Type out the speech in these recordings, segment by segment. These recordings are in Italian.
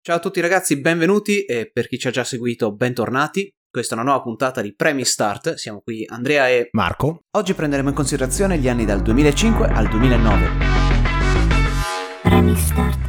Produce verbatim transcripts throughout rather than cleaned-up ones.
Ciao a tutti ragazzi, benvenuti e per chi ci ha già seguito, bentornati. Questa è una nuova puntata di Premi Start, siamo qui Andrea e Marco. Oggi prenderemo in considerazione gli anni dal duemilacinque al duemilanove. Premi Start.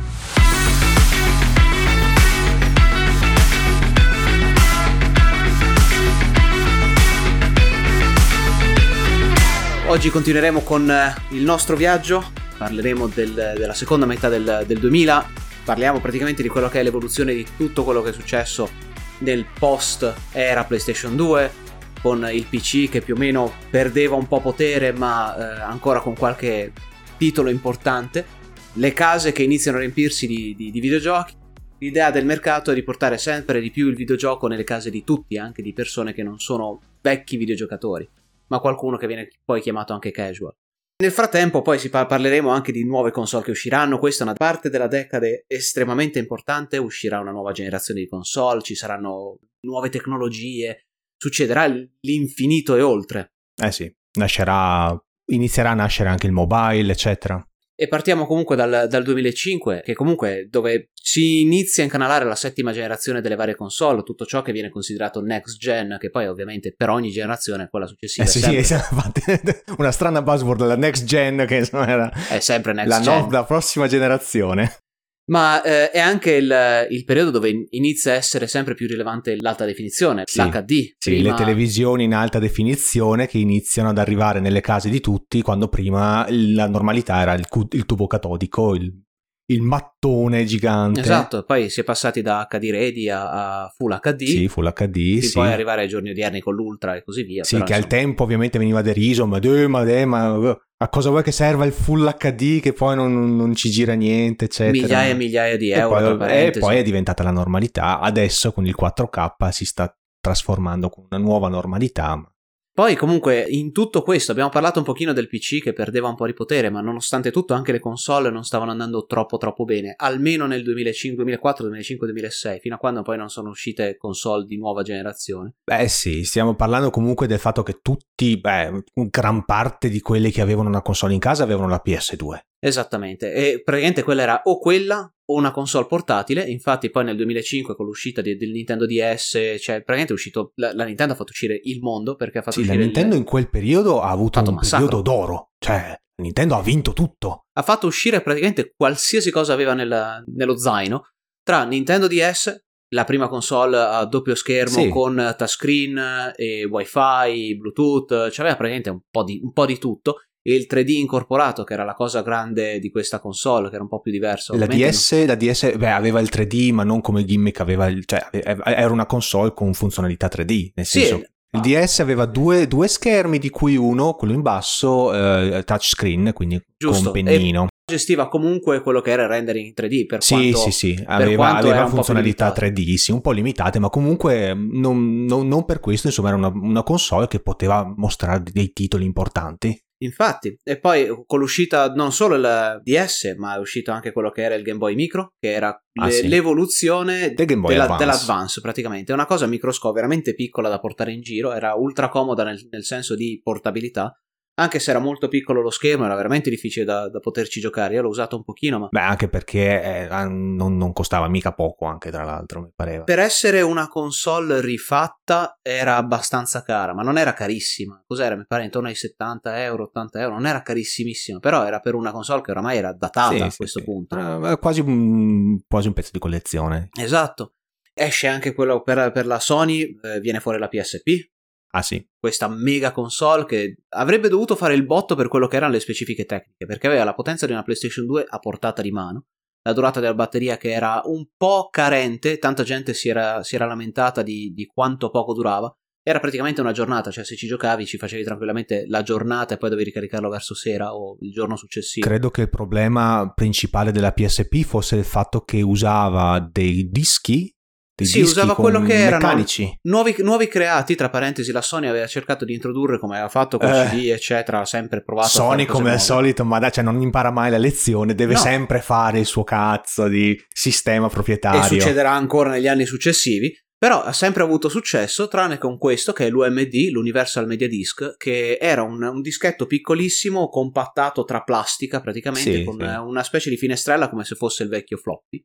Oggi continueremo con il nostro viaggio, parleremo del, della seconda metà del, del duemila. Parliamo praticamente di quello che è l'evoluzione di tutto quello che è successo nel post era PlayStation due, con il P C che più o meno perdeva un po' potere ma eh, ancora con qualche titolo importante, le case che iniziano a riempirsi di, di, di videogiochi. L'idea del mercato è di portare sempre di più il videogioco nelle case di tutti, anche di persone che non sono vecchi videogiocatori, ma qualcuno che viene poi chiamato anche casual. Nel frattempo poi si par- parleremo anche di nuove console che usciranno. Questa è una parte della decade estremamente importante, uscirà una nuova generazione di console, ci saranno nuove tecnologie, succederà l'infinito e oltre. Eh sì, nascerà, inizierà a nascere anche il mobile, eccetera. E partiamo comunque dal, dal duemilacinque, che comunque dove si inizia a incanalare la settima generazione delle varie console, tutto ciò che viene considerato next gen, che poi ovviamente per ogni generazione quella successiva eh sì, è sempre... sì, una strana buzzword, la next gen, che insomma era è sempre next la, gen. No, la prossima generazione. Ma eh, è anche il, il periodo dove inizia a essere sempre più rilevante l'alta definizione, sì, l'H D. Sì, prima... le televisioni in alta definizione che iniziano ad arrivare nelle case di tutti, quando prima la normalità era il, cu- il tubo catodico, il, il mattone gigante. Esatto, poi si è passati da H D Ready a, a Full H D. Sì, Full H D, e sì. poi arrivare ai giorni odierni con l'Ultra e così via. Sì, però, che insomma... al tempo ovviamente veniva deriso, ma, eh, ma, eh, ma a cosa vuoi che serva il Full H D che poi non, non ci gira niente, eccetera. Migliaia e migliaia di euro. E poi, tra parentesi. e poi è diventata la normalità. Adesso con il quattro K si sta trasformando con una nuova normalità. Poi comunque in tutto questo abbiamo parlato un pochino del P C che perdeva un po' di potere, ma nonostante tutto anche le console non stavano andando troppo troppo bene, almeno nel duemilacinque, duemilaquattro, duemilacinque, duemilasei, fino a quando poi non sono uscite console di nuova generazione. Beh sì, stiamo parlando comunque del fatto che tutti, beh, gran parte di quelli che avevano una console in casa avevano la P S due. Esattamente, e praticamente quella era o quella o una console portatile. Infatti poi nel duemilacinque con l'uscita di, del Nintendo D S, cioè praticamente è uscito, la, la Nintendo ha fatto uscire il mondo, perché ha fatto sì, uscire la Nintendo il... in quel periodo ha avuto un massacro. periodo d'oro, cioè Nintendo ha vinto tutto. Ha fatto uscire praticamente qualsiasi cosa aveva nella, nello zaino, tra Nintendo D S, la prima console a doppio schermo sì. con touchscreen e wifi, bluetooth, cioè aveva praticamente un po' di, un po' di tutto. E il tre D incorporato, che era la cosa grande di questa console, che era un po' più diverso. La D S, non... la D S beh, aveva il tre D, ma non come gimmick, aveva il, cioè, era una console con funzionalità tre D, nel sì, senso... Il D S aveva due, due schermi, di cui uno, quello in basso, eh, touchscreen, quindi giusto, con pennino. E gestiva comunque quello che era il rendering in tre D, per sì, quanto... Sì, sì, aveva, aveva funzionalità tre D, sì, un po' limitate, ma comunque non, non, non per questo, insomma, era una, una console che poteva mostrare dei titoli importanti. Infatti, e poi con l'uscita non solo il D S, ma è uscito anche quello che era il Game Boy Micro, che era ah, le, sì. l'evoluzione Del Game Boy della, Advance. dell'Advance praticamente. È una cosa microscopica, veramente piccola da portare in giro, era ultra comoda nel, nel senso di portabilità. Anche se era molto piccolo lo schermo, era veramente difficile da, da poterci giocare. Io l'ho usato un pochino, ma... Beh, anche perché eh, non, non costava mica poco, anche tra l'altro, mi pareva. Per essere una console rifatta era abbastanza cara, ma non era carissima. Cos'era? Mi pare intorno ai settanta euro, ottanta euro. Non era carissimissima, però era per una console che oramai era datata sì, a sì, questo sì. punto. Era quasi un, quasi un pezzo di collezione. Esatto. Esce anche quello per, per la Sony, eh, viene fuori la P S P. Ah sì. Questa mega console che avrebbe dovuto fare il botto per quello che erano le specifiche tecniche, perché aveva la potenza di una PlayStation due a portata di mano, la durata della batteria che era un po' carente, tanta gente si era, si era lamentata di, di quanto poco durava. Era praticamente una giornata, cioè se ci giocavi ci facevi tranquillamente la giornata e poi dovevi ricaricarlo verso sera o il giorno successivo. Credo che il problema principale della P S P fosse il fatto che usava dei dischi Sì, usava quello che erano meccanici. nuovi, nuovi creati, tra parentesi la Sony aveva cercato di introdurre, come aveva fatto con eh, C D eccetera, ha sempre provato Sony a fare cose come al nuove. solito, ma dai, cioè non impara mai la lezione, deve No. sempre fare il suo cazzo di sistema proprietario. E succederà ancora negli anni successivi, però ha sempre avuto successo, tranne con questo che è l'U M D, l'Universal Media Disc, che era un, un dischetto piccolissimo compattato tra plastica praticamente, sì, con sì. una specie di finestrella come se fosse il vecchio floppy.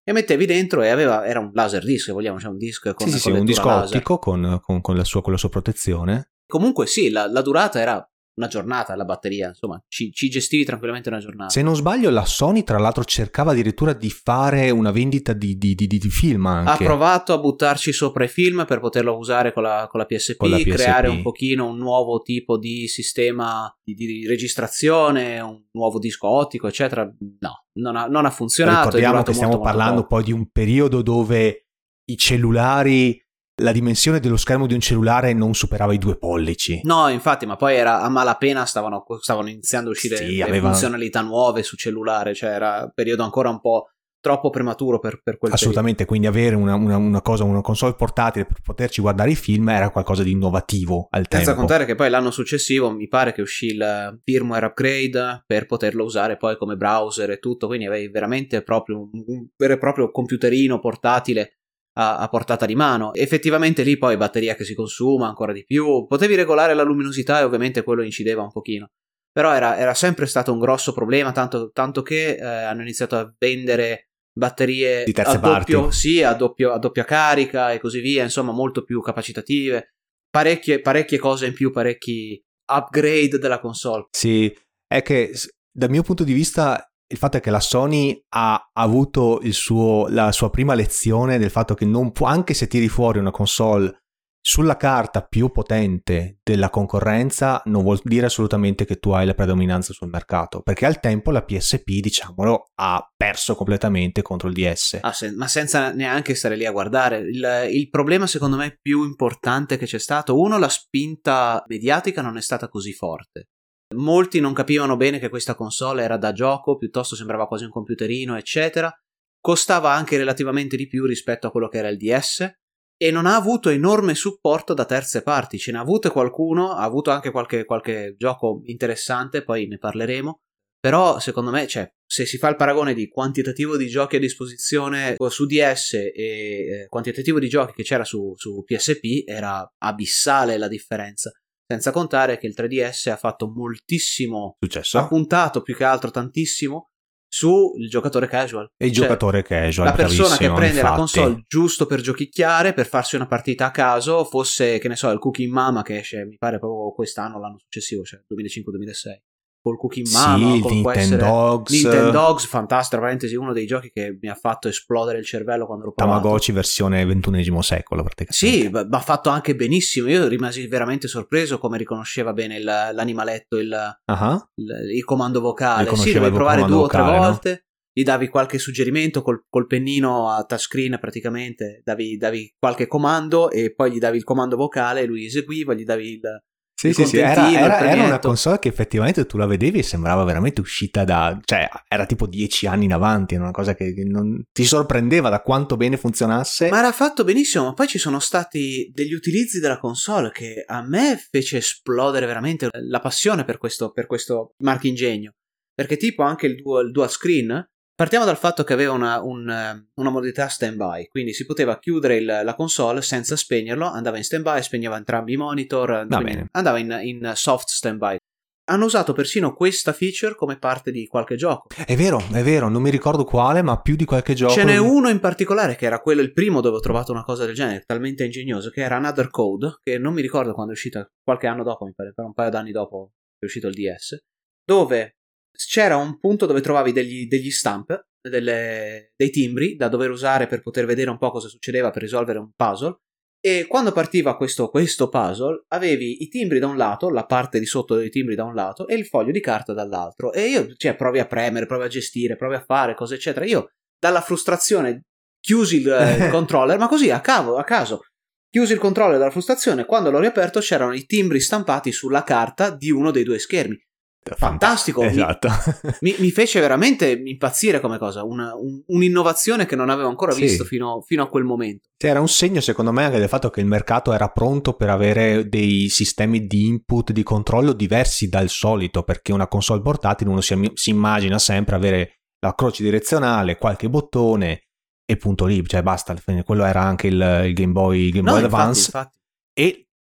e mettevi dentro e aveva, era un laser disc, se vogliamo, cioè un disc con, sì, sì, con sì, un disco laser. ottico con, con, con, la sua, con la sua protezione. Comunque sì, la, la durata era una giornata, la batteria, insomma, ci, ci gestivi tranquillamente una giornata. Se non sbaglio, la Sony tra l'altro cercava addirittura di fare una vendita di, di, di, di film anche. Ha provato a buttarci sopra i film per poterlo usare con la, con la P S P, con la P S P, creare un pochino un nuovo tipo di sistema di, di registrazione, un nuovo disco ottico, eccetera. No, non ha, non ha funzionato. Ricordiamo che stiamo molto, parlando molto poi di un periodo dove i cellulari, la dimensione dello schermo di un cellulare non superava i due pollici. No, infatti, ma poi era a malapena stavano, stavano iniziando a uscire sì, le aveva... funzionalità nuove su cellulare, cioè era un periodo ancora un po' troppo prematuro per, per quel assolutamente, periodo. Quindi avere una, una, una cosa, una console portatile per poterci guardare i film era qualcosa di innovativo al tempo. Senza contare che poi l'anno successivo mi pare che uscì il firmware upgrade per poterlo usare poi come browser e tutto, quindi avevi veramente proprio un, un vero e proprio computerino portatile a, a portata di mano. Effettivamente lì poi batteria che si consuma ancora di più, potevi regolare la luminosità e ovviamente quello incideva un pochino, però era, era sempre stato un grosso problema, tanto, tanto che eh, hanno iniziato a vendere batterie di terze a doppio, parti. sì, a, doppio, a doppia carica e così via, insomma molto più capacitative, parecchie, parecchie cose in più, parecchi upgrade della console. Sì, è che dal mio punto di vista il fatto è che la Sony ha avuto il suo, la sua prima lezione del fatto che non può, anche se tiri fuori una console sulla carta più potente della concorrenza, non vuol dire assolutamente che tu hai la predominanza sul mercato, perché al tempo la P S P, diciamolo, ha perso completamente contro il D S. Ah, se, ma senza neanche stare lì a guardare. Il, il problema secondo me più importante che c'è stato, uno, la spinta mediatica non è stata così forte. Molti non capivano bene che questa console era da gioco, piuttosto sembrava quasi un computerino, eccetera. Costava anche relativamente di più rispetto a quello che era il D S e non ha avuto enorme supporto da terze parti. Ce n'ha avute qualcuno, ha avuto anche qualche, qualche gioco interessante, poi ne parleremo. Però secondo me, cioè, se si fa il paragone di quantitativo di giochi a disposizione su D S e eh, quantitativo di giochi che c'era su, su P S P, era abissale la differenza. Senza contare che il tre D S ha fatto moltissimo successo, ha puntato più che altro tantissimo sul giocatore casual. E il cioè, giocatore casual, la persona che prende infatti. la console giusto per giochicchiare, per farsi una partita a caso, fosse, che ne so, il Cooking Mama che esce, mi pare proprio quest'anno, l'anno successivo, cioè duemilacinque duemilasei. Col Cooking Mama, sì, col Nintendogs, Nintendogs, fantastico, parentesi, uno dei giochi che mi ha fatto esplodere il cervello quando l'ho provato. Tamagotchi versione ventunesimo secolo praticamente. Sì, ma ha fatto anche benissimo. Io rimasi veramente sorpreso come riconosceva bene il, l'animaletto, il, uh-huh. il, il comando vocale. Sì, dovevi provare due o tre volte. No? Gli davi qualche suggerimento col, col pennino a touchscreen praticamente, davi, davi qualche comando e poi gli davi il comando vocale, lui eseguiva, gli davi il Sì, sì, sì, era, era, era una console che effettivamente tu la vedevi e sembrava veramente uscita da, cioè era tipo dieci anni in avanti, era una cosa che non ti sorprendeva da quanto bene funzionasse. Ma era fatto benissimo, ma poi ci sono stati degli utilizzi della console che a me fece esplodere veramente la passione per questo, per questo marchingegno, perché tipo anche il dual, il dual screen, partiamo dal fatto che aveva una, un, una modalità standby, quindi si poteva chiudere il, la console senza spegnerlo, andava in standby, spegneva entrambi i monitor, andava in, in soft standby. Hanno usato persino questa feature come parte di qualche gioco. È vero, è vero, non mi ricordo quale, ma più di qualche gioco. Ce n'è uno in particolare che era quello, il primo dove ho trovato una cosa del genere, talmente ingegnoso, che era Another Code, che non mi ricordo quando è uscita, qualche anno dopo, mi pare, per un paio d'anni dopo è uscito il D S, dove c'era un punto dove trovavi degli, degli stamp, delle, dei timbri da dover usare per poter vedere un po' cosa succedeva per risolvere un puzzle, e quando partiva questo, questo puzzle avevi i timbri da un lato, la parte di sotto dei timbri da un lato e il foglio di carta dall'altro, e io, cioè, provi a premere, provi a gestire, provi a fare cose eccetera, io dalla frustrazione chiusi il, il controller, ma così a, cavo, a caso chiusi il controller dalla frustrazione, quando l'ho riaperto c'erano i timbri stampati sulla carta di uno dei due schermi. Fantastico, esatto. mi, mi fece veramente impazzire come cosa, una, un, un'innovazione che non avevo ancora visto sì. fino, fino a quel momento. Era un segno secondo me anche del fatto che il mercato era pronto per avere dei sistemi di input, di controllo diversi dal solito, perché una console portatile uno si, si immagina sempre avere la croce direzionale, qualche bottone e punto lì, cioè basta, quello era anche il, il Game Boy, il Game no, Boy infatti, Advance infatti. E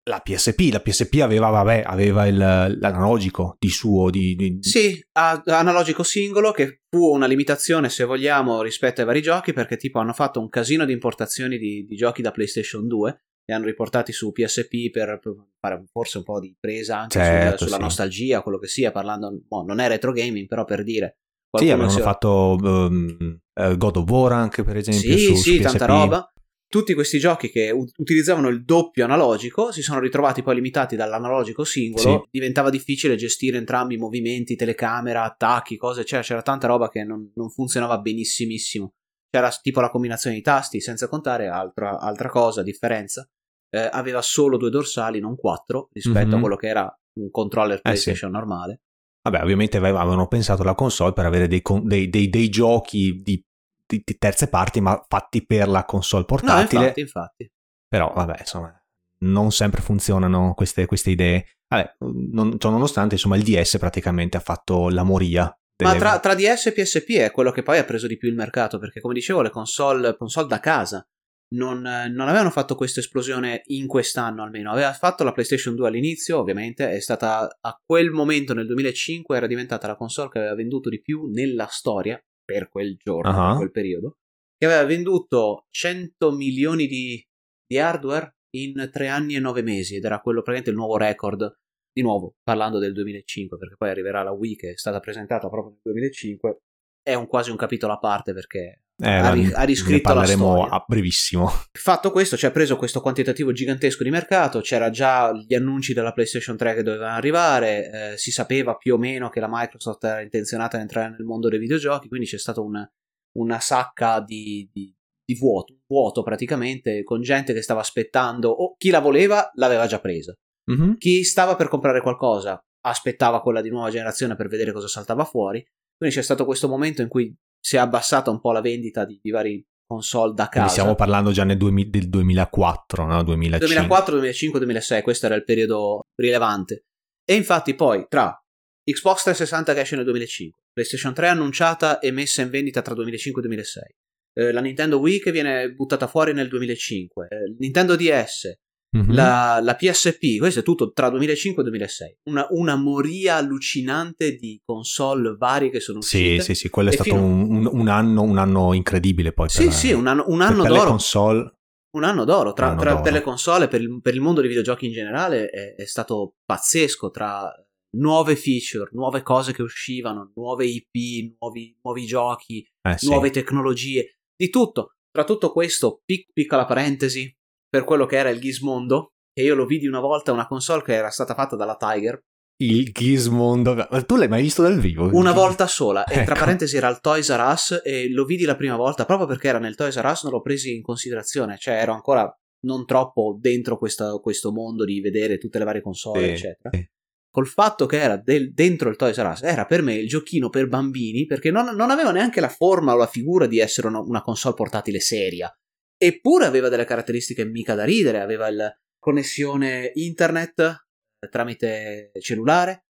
la P S P, la P S P aveva, vabbè, aveva il, l'analogico di suo. Di, di... Sì, a, analogico singolo, che fu una limitazione, se vogliamo, rispetto ai vari giochi, perché tipo hanno fatto un casino di importazioni di, di giochi da PlayStation due, li hanno riportati su P S P per, per fare forse un po' di presa anche certo, sul, sulla sì. nostalgia, quello che sia, parlando, no, non è retro gaming, però per dire. Sì, avevano si... fatto um, uh, God of War anche, per esempio, sì, su, sì, su tanta P S P. roba. Tutti questi giochi che u- utilizzavano il doppio analogico si sono ritrovati poi limitati dall'analogico singolo, sì. Diventava difficile gestire entrambi i movimenti, telecamera, attacchi, cose, cioè c'era tanta roba che non, non funzionava benissimissimo. C'era tipo la combinazione di tasti, senza contare altra, altra cosa, differenza. Eh, aveva solo due dorsali, non quattro, rispetto mm-hmm. a quello che era un controller PlayStation eh sì. normale. Vabbè, ovviamente avevano pensato alla console per avere dei, dei, dei, dei giochi di di terze parti, ma fatti per la console portatile. No, infatti, infatti. Però, vabbè, insomma, non sempre funzionano queste, queste idee. Vabbè, non, cioè, nonostante, insomma, il D S praticamente ha fatto la moria. Delle... Ma tra, tra D S e P S P è quello che poi ha preso di più il mercato, perché come dicevo, le console, console da casa non, non avevano fatto questa esplosione in quest'anno almeno. Aveva fatto la PlayStation due all'inizio, ovviamente, è stata a quel momento, nel duemilacinque, era diventata la console che aveva venduto di più nella storia, per quel giorno, uh-huh. per quel periodo, che aveva venduto cento milioni di, di hardware in tre anni e nove mesi, ed era quello praticamente il nuovo record, di nuovo parlando del duemilacinque, perché poi arriverà la Wii che è stata presentata proprio nel duemilacinque, è un quasi un capitolo a parte perché eh, ha, ri- ha riscritto la storia. Ne parleremo a brevissimo. Fatto questo, ci ha preso questo quantitativo gigantesco di mercato, c'era già gli annunci della PlayStation tre che dovevano arrivare, eh, si sapeva più o meno che la Microsoft era intenzionata ad entrare nel mondo dei videogiochi, quindi c'è stata una, una sacca di, di, di vuoto, vuoto praticamente, con gente che stava aspettando, o chi la voleva l'aveva già presa, mm-hmm. chi stava per comprare qualcosa aspettava quella di nuova generazione per vedere cosa saltava fuori, quindi c'è stato questo momento in cui si è abbassata un po' la vendita di, di vari console da casa. Quindi stiamo parlando già nel duemila, del duemilaquattro, no? duemilacinque. duemilaquattro, duemilacinque, duemilasei, questo era il periodo rilevante. E infatti poi tra Xbox trecentosessanta che esce nel duemilacinque, PlayStation tre annunciata e messa in vendita tra duemilacinque e duemilasei, eh, la Nintendo Wii che viene buttata fuori nel duemilacinque, eh, Nintendo D S, mm-hmm. la, la P S P, questo è tutto tra duemilacinque e duemilasei. Una, una moria allucinante di console varie che sono uscite. Sì, sì, sì, quello è stato fino... un, un, anno, un anno incredibile poi. Sì, per, sì, un anno, un anno per, d'oro. Per le console. Un anno d'oro, tra, anno tra, d'oro. per le console, per il, per il mondo dei videogiochi in generale è, è stato pazzesco, tra nuove feature, nuove cose che uscivano, nuove I P, nuovi, nuovi giochi, eh, sì. nuove tecnologie, di tutto. Tra tutto questo, pic, piccola parentesi, per quello che era il Gizmondo, che io lo vidi una volta, una console che era stata fatta dalla Tiger. Il Gizmondo, ma tu l'hai mai visto dal vivo? Una volta sola, e ecco. tra parentesi era il Toys R Us, e lo vidi la prima volta proprio perché era nel Toys R Us, non l'ho presi in considerazione, cioè ero ancora non troppo dentro questa, questo mondo di vedere tutte le varie console, sì, eccetera. Sì. Col fatto che era del, dentro il Toys R Us, era per me il giochino per bambini, perché non, non aveva neanche la forma o la figura di essere una, una console portatile seria, eppure aveva delle caratteristiche mica da ridere, aveva la connessione internet tramite cellulare,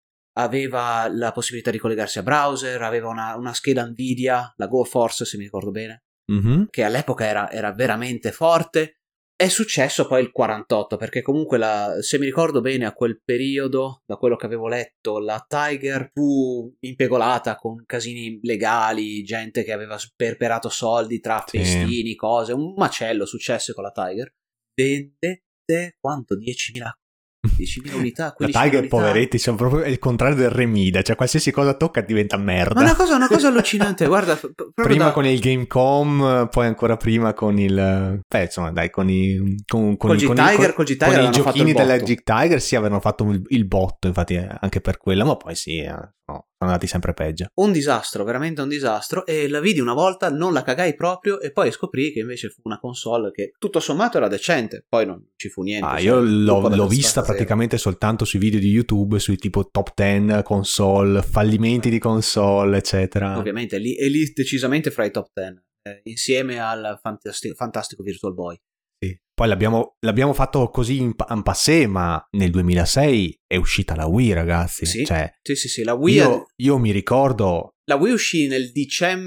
aveva la possibilità di collegarsi a browser, aveva una, una scheda Nvidia, la GeForce se mi ricordo bene, mm-hmm. che all'epoca era, era veramente forte. È successo poi il quarantotto, perché comunque la, se mi ricordo bene a quel periodo, da quello che avevo letto, la Tiger fu impegolata con casini legali, gente che aveva sperperato soldi tra sì. festini, cose, un macello successe con la Tiger. Vendette quanto? diecimila diecimila unità, la Tiger unità. Poveretti, sono proprio il contrario del Remida, cioè qualsiasi cosa tocca diventa merda. Ma una cosa, una cosa allucinante, guarda, prima da... con il Gamecom, poi ancora prima con il beh, insomma, dai, con i con, con, col con, G-Tiger, con, col G-Tiger con i giochini della botto. G-Tiger sì, avevano fatto il, il botto, infatti anche per quello, ma poi sì, eh, no, sono andati sempre peggio. Un disastro, veramente un disastro, e la vidi una volta, non la cagai proprio, e poi scoprì che invece fu una console che tutto sommato era decente, poi non ci fu niente. Ah, cioè, io l'ho, l'ho vista praticamente zero. Soltanto sui video di YouTube, sui tipo top dieci console, fallimenti di console, eccetera. Ovviamente è lì, è lì decisamente fra i top dieci, eh, insieme al fantastico, fantastico Virtual Boy. Sì. Poi l'abbiamo, l'abbiamo fatto così in, in passé, ma nel duemilasei è uscita la Wii, ragazzi. Sì, cioè, sì, sì, sì, la Wii. Io, io mi ricordo. La Wii uscì nel dicembre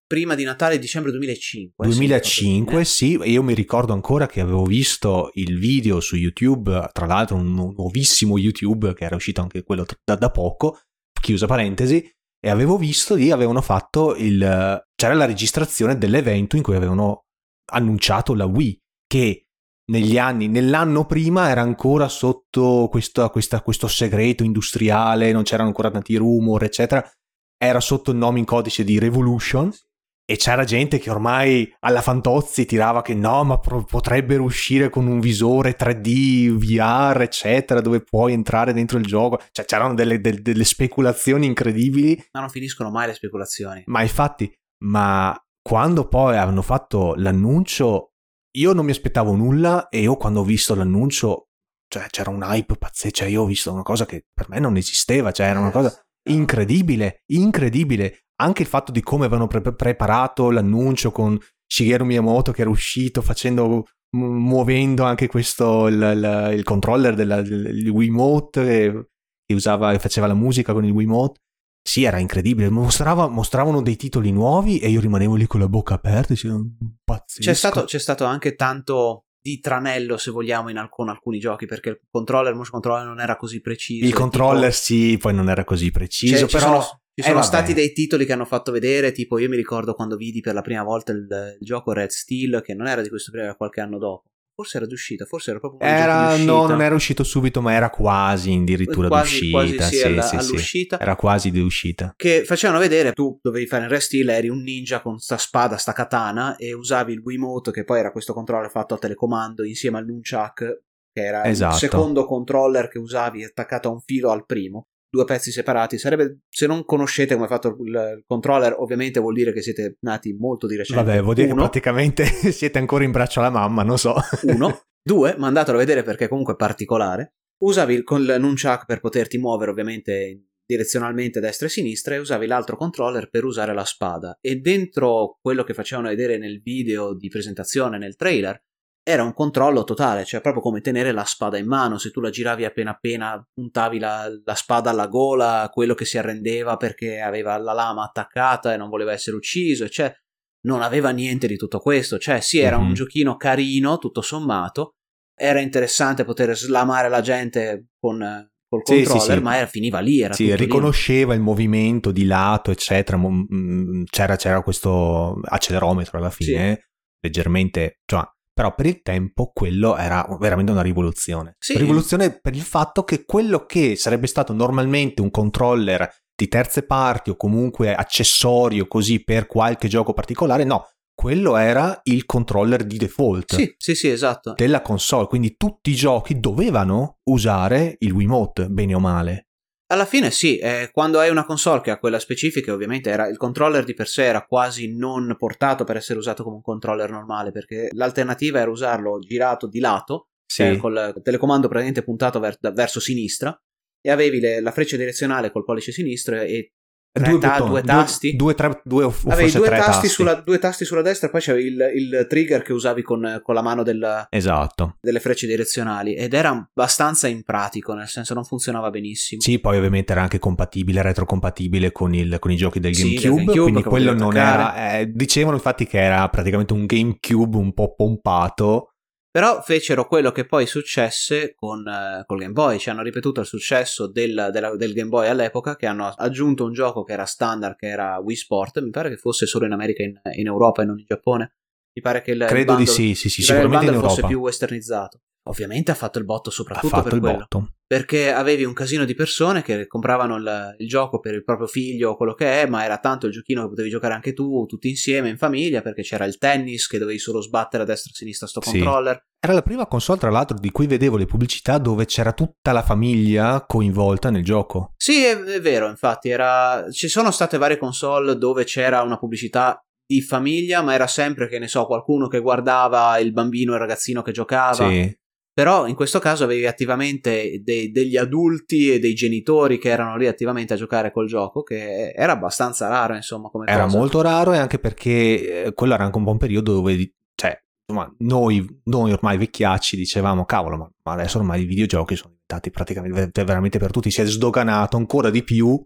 prima di Natale, dicembre duemilacinque. duemilacinque, sì, io mi ricordo ancora che avevo visto il video su YouTube, tra l'altro un nuovissimo YouTube che era uscito anche quello da, da poco, chiusa parentesi, e avevo visto lì, avevano fatto il... c'era la registrazione dell'evento in cui avevano annunciato la Wii, che negli anni, nell'anno prima era ancora sotto questo, questa, questo segreto industriale, non c'erano ancora tanti rumor, eccetera, era sotto il nome in codice di Revolution, e c'era gente che ormai alla Fantozzi tirava che no, ma pro- potrebbero uscire con un visore tre D, V R, eccetera, dove puoi entrare dentro il gioco, cioè c'erano delle, delle, delle speculazioni incredibili. Ma non finiscono mai le speculazioni. Ma infatti, ma quando poi hanno fatto l'annuncio, io non mi aspettavo nulla, e io quando ho visto l'annuncio, cioè c'era un hype pazzesco, cioè io ho visto una cosa che per me non esisteva, cioè era una cosa incredibile, incredibile. Anche il fatto di come avevano pre- preparato l'annuncio con Shigeru Miyamoto che era uscito facendo, muovendo anche questo, il, il, il controller della, il Wiimote che, che usava e faceva la musica con il Wiimote. Sì, era incredibile, mostrava, mostravano dei titoli nuovi e io rimanevo lì con la bocca aperta, pazzesco. C'è stato, c'è stato anche tanto di tranello, se vogliamo, in alcun, alcuni giochi, perché il controller, il motion controller non era così preciso. Il controller tipo... sì, poi non era così preciso, cioè, però... Ci sono, ci sono eh, stati dei titoli che hanno fatto vedere, tipo io mi ricordo quando vidi per la prima volta il, il gioco Red Steel, che non era di questo periodo, era qualche anno dopo. Forse era d'uscita, forse era proprio un era, gioco di no, non era uscito subito, ma era quasi addirittura quasi, d'uscita. Quasi sì, sì, alla, sì, all'uscita. Sì. Era quasi di uscita. Che facevano vedere, tu dovevi fare in Red Steel, eri un ninja con sta spada, sta katana, e usavi il Wiimote, che poi era questo controller fatto a telecomando, insieme al Nunchuck, che era esatto. il secondo controller che usavi attaccato a un filo al primo. Due pezzi separati. Sarebbe, se non conoscete come è fatto il controller, ovviamente vuol dire che siete nati molto di recente. Vabbè, vuol dire Uno, che praticamente siete ancora in braccio alla mamma, non so. Uno. Due, mandatelo a vedere perché comunque è particolare. Usavi il, con il nunchuck per poterti muovere ovviamente direzionalmente destra e sinistra, e usavi l'altro controller per usare la spada. E dentro quello che facevano vedere nel video di presentazione, nel trailer, era un controllo totale, cioè proprio come tenere la spada in mano. Se tu la giravi appena appena, puntavi la, la spada alla gola, quello che si arrendeva perché aveva la lama attaccata e non voleva essere ucciso, e cioè non aveva niente di tutto questo. Cioè sì, era mm-hmm. un giochino carino, tutto sommato, era interessante poter slamare la gente con, col controller, sì, sì, sì. ma era, finiva lì, era sì, tutto riconosceva lì. Il movimento di lato, eccetera. C'era, c'era questo accelerometro alla fine, sì. leggermente, cioè, però per il tempo quello era veramente una rivoluzione. Sì. Rivoluzione per il fatto che quello che sarebbe stato normalmente un controller di terze parti o comunque accessorio così per qualche gioco particolare, no, quello era il controller di default. Sì, sì, sì, esatto. Della console, quindi tutti i giochi dovevano usare il Wiimote, bene o male. Alla fine sì, eh, quando hai una console che ha quella specifica, ovviamente era, il controller di per sé era quasi non portato per essere usato come un controller normale, perché l'alternativa era usarlo girato di lato, sì. cioè col telecomando praticamente puntato ver- verso sinistra, e avevi le, la freccia direzionale col pollice sinistro e tre due, ta- bottoni, due tasti, due, due, tre, due o avevi forse due tre tasti, tasti. Sulla, due tasti sulla destra, poi c'avevi il, il trigger che usavi con, con la mano del, esatto. delle frecce direzionali, ed era abbastanza impratico, nel senso non funzionava benissimo. Sì, poi ovviamente era anche compatibile, retrocompatibile con, il, con i giochi del GameCube, sì, GameCube quindi quello non era, eh, dicevano infatti che era praticamente un GameCube un po' pompato. Però fecero quello che poi successe con eh, col Game Boy, ci hanno ripetuto il successo del, della, del Game Boy all'epoca, che hanno aggiunto un gioco che era standard, che era Wii Sport, mi pare che fosse solo in America, in, in Europa e non in Giappone. Mi pare che il, credo il bundle, di sì, sì, sì, sicuramente il in Europa fosse più westernizzato. Ovviamente ha fatto il botto soprattutto ha fatto per il quello, botto. Perché avevi un casino di persone che compravano il, il gioco per il proprio figlio o quello che è, ma era tanto il giochino che potevi giocare anche tu, tutti insieme in famiglia, perché c'era il tennis che dovevi solo sbattere a destra e a sinistra sto sì. controller. Era la prima console, tra l'altro, di cui vedevo le pubblicità dove c'era tutta la famiglia coinvolta nel gioco. Sì, è, è vero, infatti era, ci sono state varie console dove c'era una pubblicità di famiglia, ma era sempre, che ne so, qualcuno che guardava il bambino, il ragazzino che giocava. Sì. Però in questo caso avevi attivamente dei, degli adulti e dei genitori che erano lì attivamente a giocare col gioco, che era abbastanza raro, insomma, come era cosa. molto raro, e anche perché eh, quello era anche un po' un periodo dove, cioè, insomma, noi, noi ormai vecchiacci dicevamo, cavolo, ma, ma adesso ormai i videogiochi sono diventati praticamente veramente per tutti, si è sdoganato ancora di più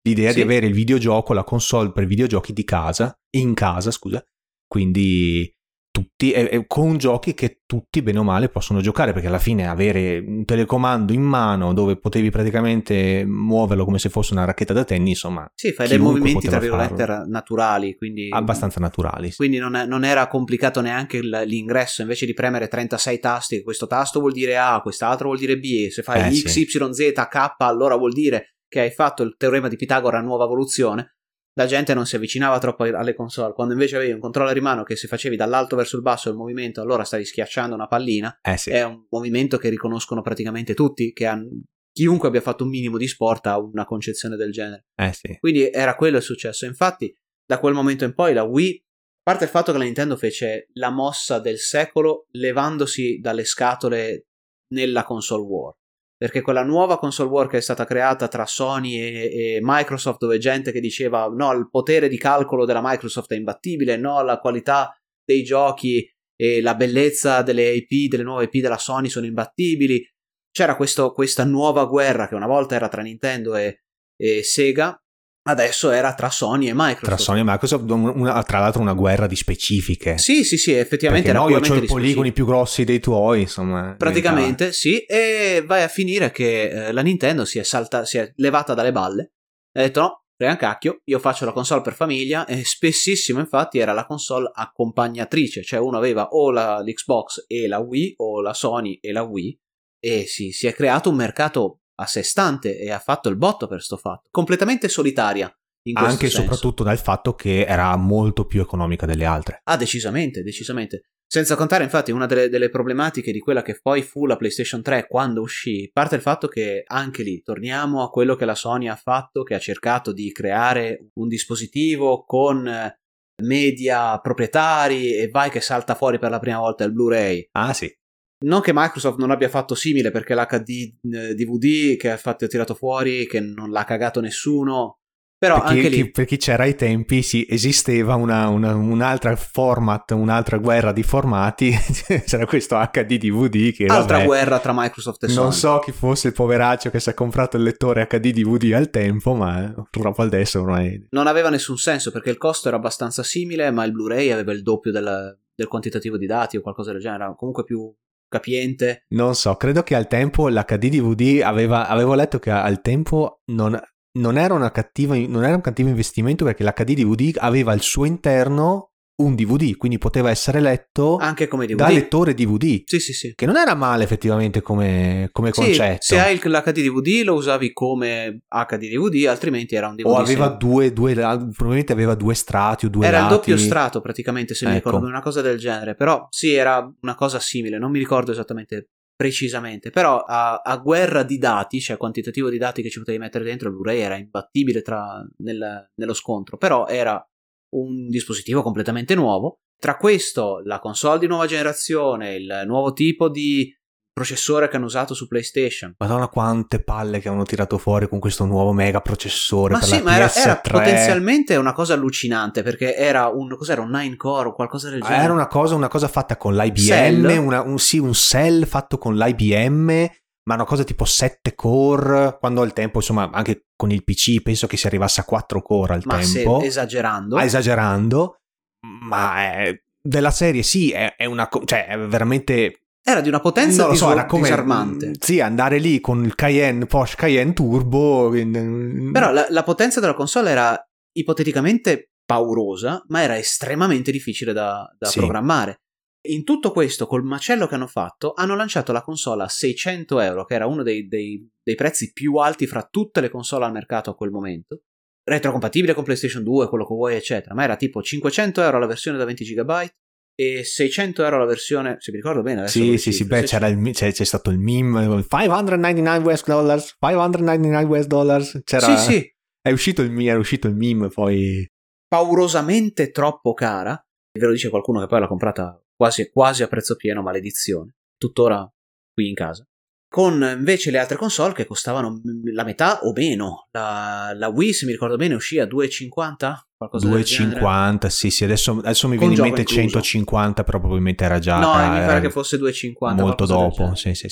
l'idea Sì. di avere il videogioco, la console per videogiochi di casa, in casa, scusa, quindi tutti, e, e con giochi che tutti bene o male possono giocare, perché alla fine avere un telecomando in mano dove potevi praticamente muoverlo come se fosse una racchetta da tennis, insomma, Sì, fai dei chiunque movimenti tra poteva virgolette farlo. naturali, quindi Abbastanza naturali, sì. Quindi non, è- non era complicato neanche il- l'ingresso, invece di premere trentasei tasti, questo tasto vuol dire A, quest'altro vuol dire B, e se fai Eh, X, sì. Y, Z, K, allora vuol dire che hai fatto il teorema di Pitagora a nuova evoluzione. La gente non si avvicinava troppo alle console, quando invece avevi un controller in mano che se facevi dall'alto verso il basso il movimento, allora stavi schiacciando una pallina. Eh sì. È un movimento che riconoscono praticamente tutti, che hanno, chiunque abbia fatto un minimo di sport ha una concezione del genere. Eh sì. Quindi era quello il successo. Infatti, da quel momento in poi la Wii, a parte il fatto che la Nintendo fece la mossa del secolo levandosi dalle scatole nella console war, perché quella nuova console war che è stata creata tra Sony e, e Microsoft, dove gente che diceva no, il potere di calcolo della Microsoft è imbattibile, no, la qualità dei giochi e la bellezza delle I P, delle nuove I P della Sony sono imbattibili. C'era questo, questa nuova guerra che una volta era tra Nintendo e, e Sega, adesso era tra Sony e Microsoft. Tra Sony e Microsoft, una, tra l'altro una guerra di specifiche. Sì, sì, sì, effettivamente perché era no, io ho puramente i poligoni discussibile. più grossi dei tuoi, insomma. Praticamente diventava- sì, e vai a finire che eh, la Nintendo si è, salta, si è levata dalle balle e ha detto no, frega un cacchio, io faccio la console per famiglia, e spessissimo infatti era la console accompagnatrice, cioè uno aveva o la, l'Xbox e la Wii o la Sony e la Wii, e si, si è creato un mercato a sé stante e ha fatto il botto per sto fatto, completamente solitaria in questo Anche e senso. soprattutto dal fatto che era molto più economica delle altre. Ah, decisamente, decisamente. Senza contare, infatti, una delle, delle problematiche di quella che poi fu la PlayStation tre quando uscì, parte il fatto che anche lì torniamo a quello che la Sony ha fatto, che ha cercato di creare un dispositivo con media proprietari e vai che salta fuori per la prima volta il Blu-ray. Ah sì. Non che Microsoft non abbia fatto simile, perché l'H D D V D che ha fatto ha tirato fuori, che non l'ha cagato nessuno. Però Per chi, anche lì chi- per chi c'era ai tempi, sì, esisteva una, una, un'altra format, un'altra guerra di formati. C'era questo H D D V D che altra vabbè, guerra tra Microsoft e Sony. non so chi fosse il poveraccio che si è comprato il lettore H D D V D al tempo, ma purtroppo adesso ormai Non aveva nessun senso perché il costo era abbastanza simile, ma il Blu-ray aveva il doppio del, del quantitativo di dati o qualcosa del genere, era comunque più capiente. non so, credo che al tempo l'H D D V D aveva, avevo letto che al tempo non, non era una cattiva, non era un cattivo investimento, perché l'H D D V D aveva al suo interno un D V D, quindi poteva essere letto Anche come D V D. da lettore D V D, Sì, sì, sì. che non era male effettivamente come, come Sì, concetto. se hai il- l'H D D V D lo usavi come H D D V D, altrimenti era un D V D. O aveva sem- due, due, probabilmente aveva due strati o due Era il lati. doppio strato praticamente, se mi Ecco. ricordo, una cosa del genere. Però sì, era una cosa simile, non mi ricordo esattamente precisamente. Però a, a guerra di dati, cioè quantitativo di dati che ci potevi mettere dentro, il Blu-ray era imbattibile tra, nel- nello scontro. Però era un dispositivo completamente nuovo. Tra questo, la console di nuova generazione, il nuovo tipo di processore che hanno usato su PlayStation. Madonna, quante palle che hanno tirato fuori con questo nuovo mega processore Ma per sì, la ma era, P S tre. era potenzialmente una cosa allucinante, perché era un, cos'era, un nine core o qualcosa del genere. Era una cosa, una cosa fatta con l'I B M, Cell? una, un, sì, un cell fatto con l'I B M, ma una cosa tipo sette core, quando al tempo, insomma, anche con il P C penso che si arrivasse a quattro core al Ma tempo. se, esagerando. Ah, esagerando, ma è, della serie sì, è, è una co- cioè è veramente... Era di una potenza non lo so, disor- era come disarmante. sì, andare lì con il Cayenne, Porsche Cayenne Turbo. Però la, la potenza della console era ipoteticamente paurosa, ma era estremamente difficile da, da Sì. programmare. In tutto questo, col macello che hanno fatto, hanno lanciato la console a seicento euro, che era uno dei, dei, dei prezzi più alti fra tutte le console al mercato a quel momento. Retrocompatibile con PlayStation due, quello che vuoi, eccetera. Ma era tipo cinquecento euro la versione da venti giga e seicento euro la versione, se mi ricordo bene. Adesso Sì, lo sì, sì, cifro, beh, c'era il, c'è, c'è stato il meme cinquecentonovantanove US dollars, cinquecentonovantanove US dollars. C'era, Sì, sì. È uscito il meme, è uscito il meme, poi Paurosamente troppo cara. E ve lo dice qualcuno che poi l'ha comprata quasi, quasi a prezzo pieno, maledizione. Tuttora qui in casa. Con invece le altre console che costavano la metà o meno. La, la Wii, se mi ricordo bene, uscì a due e cinquanta? Qualcosa del genere. due e cinquanta, sì, sì, adesso, adesso mi Con viene in gioco mente incluso. centocinquanta, però probabilmente era già... No, era, mi pare era che fosse due e cinquanta. molto qualcosa del dopo, genere. sì, sì, sì.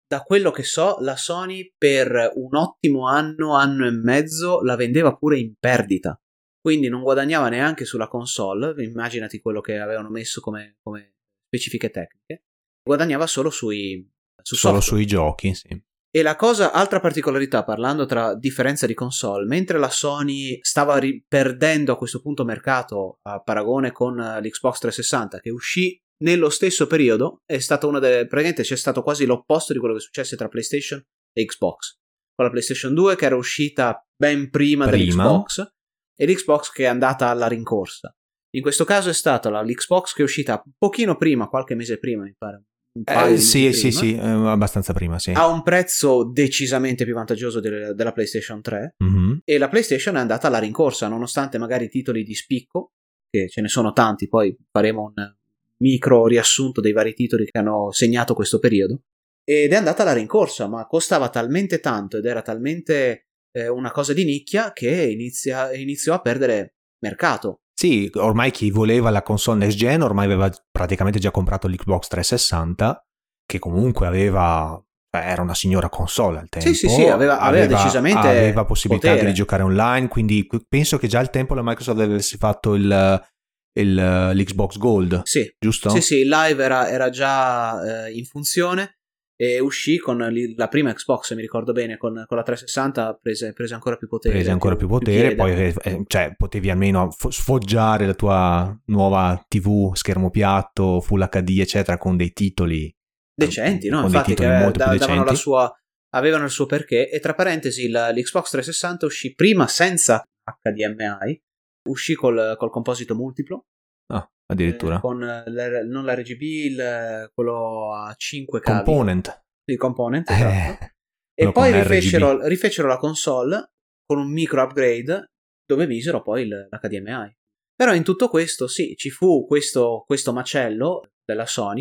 da quello che so, la Sony per un ottimo anno, anno e mezzo, la vendeva pure in perdita. Quindi non guadagnava neanche sulla console, immaginati quello che avevano messo come, come specifiche tecniche, guadagnava solo sui su solo software. sui giochi, sì. E la cosa, altra particolarità, parlando tra differenza di console, mentre la Sony stava ri- perdendo a questo punto mercato a paragone con l'Xbox trecentosessanta, che uscì nello stesso periodo, è stata una delle, praticamente c'è stato quasi l'opposto di quello che successe tra PlayStation e Xbox, con la PlayStation due che era uscita ben prima, prima. dell'Xbox, e l'Xbox che è andata alla rincorsa. In questo caso è stata la, l'Xbox che è uscita un pochino prima, qualche mese prima mi pare, un paio eh, di sì, mesi sì, prima, sì, eh, abbastanza prima, sì. a un prezzo decisamente più vantaggioso de- della PlayStation tre, mm-hmm. E la PlayStation è andata alla rincorsa, nonostante magari titoli di spicco, che ce ne sono tanti, poi faremo un micro riassunto dei vari titoli che hanno segnato questo periodo, ed è andata alla rincorsa, ma costava talmente tanto ed era talmente eh, una cosa di nicchia che inizia, iniziò a perdere mercato. Sì, ormai chi voleva la console next gen ormai aveva praticamente già comprato l'Xbox trecentosessanta, che comunque aveva, era una signora console al tempo. Sì, sì, sì, aveva, aveva, aveva decisamente aveva possibilità potere di giocare online, quindi penso che già al tempo la Microsoft avesse fatto il, il l'Xbox Gold, sì, giusto? Sì, sì, il live era, era già eh, in funzione e uscì con la prima Xbox, se mi ricordo bene, con, con la trecentosessanta prese, prese ancora più potere. Prese ancora più, più potere, più poi eh, cioè, potevi almeno sfoggiare la tua nuova tivù, schermo piatto, Full H D, eccetera, con dei titoli decenti, no? Con Infatti, dei titoli che molto da, più davano decenti. la sua, avevano il suo perché. E tra parentesi, la, l'Xbox trecentosessanta uscì prima senza H D M I, uscì col, col composito multiplo. Ah, addirittura. Eh, con l'R, non l'R G B, il, quello a cinque cavi. Component. Il component, esatto. Eh, e poi rifecero, rifecero la console con un micro upgrade dove misero poi il, l'H D M I. Però in tutto questo, sì, ci fu questo, questo macello della Sony,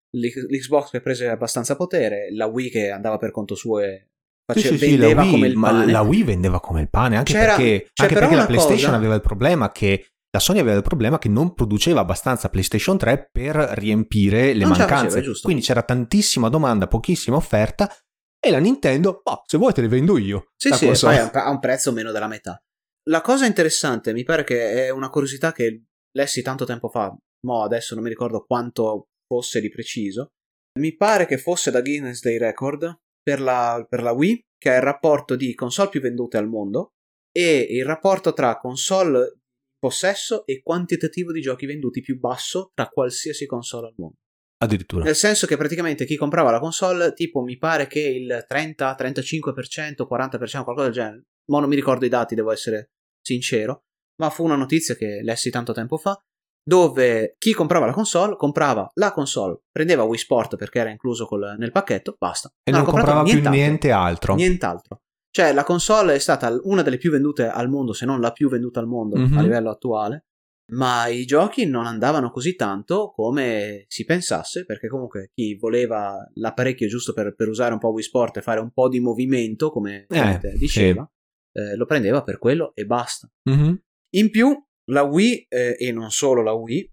l'Xbox che prese abbastanza potere, la Wii che andava per conto suo e face, sì, sì, vendeva sì, Wii, come il pane. Ma la Wii vendeva come il pane, anche C'era, perché, c'è anche perché la PlayStation cosa... aveva il problema che la Sony aveva il problema che non produceva abbastanza PlayStation tre per riempire le non mancanze. Faceva, quindi c'era tantissima domanda, pochissima offerta, e la Nintendo, oh, se vuoi te le vendo io. Sì, sì, poi a un prezzo meno della metà. La cosa interessante, mi pare che è una curiosità che lessi tanto tempo fa, mo adesso non mi ricordo quanto fosse di preciso, mi pare che fosse da Guinness dei Record per la, per la Wii, che è il rapporto di console più vendute al mondo e il rapporto tra console in possesso e quantitativo di giochi venduti più basso tra qualsiasi console al mondo. Addirittura. Nel senso che praticamente chi comprava la console, tipo mi pare che il trenta, trentacinque per cento, quaranta per cento, qualcosa del genere, ma non mi ricordo i dati, devo essere sincero, ma fu una notizia che lessi tanto tempo fa, dove chi comprava la console, comprava la console, prendeva Wii Sport perché era incluso col, nel pacchetto, basta. E non, non comprava più nient'altro. niente altro. Nient'altro. Cioè la console è stata una delle più vendute al mondo, se non la più venduta al mondo mm-hmm. a livello attuale, ma i giochi non andavano così tanto come si pensasse, perché comunque chi voleva l'apparecchio giusto per, per usare un po' Wii Sport e fare un po' di movimento, come eh, diceva, sì. eh, lo prendeva per quello e basta. Mm-hmm. In più la Wii, eh, e non solo la Wii,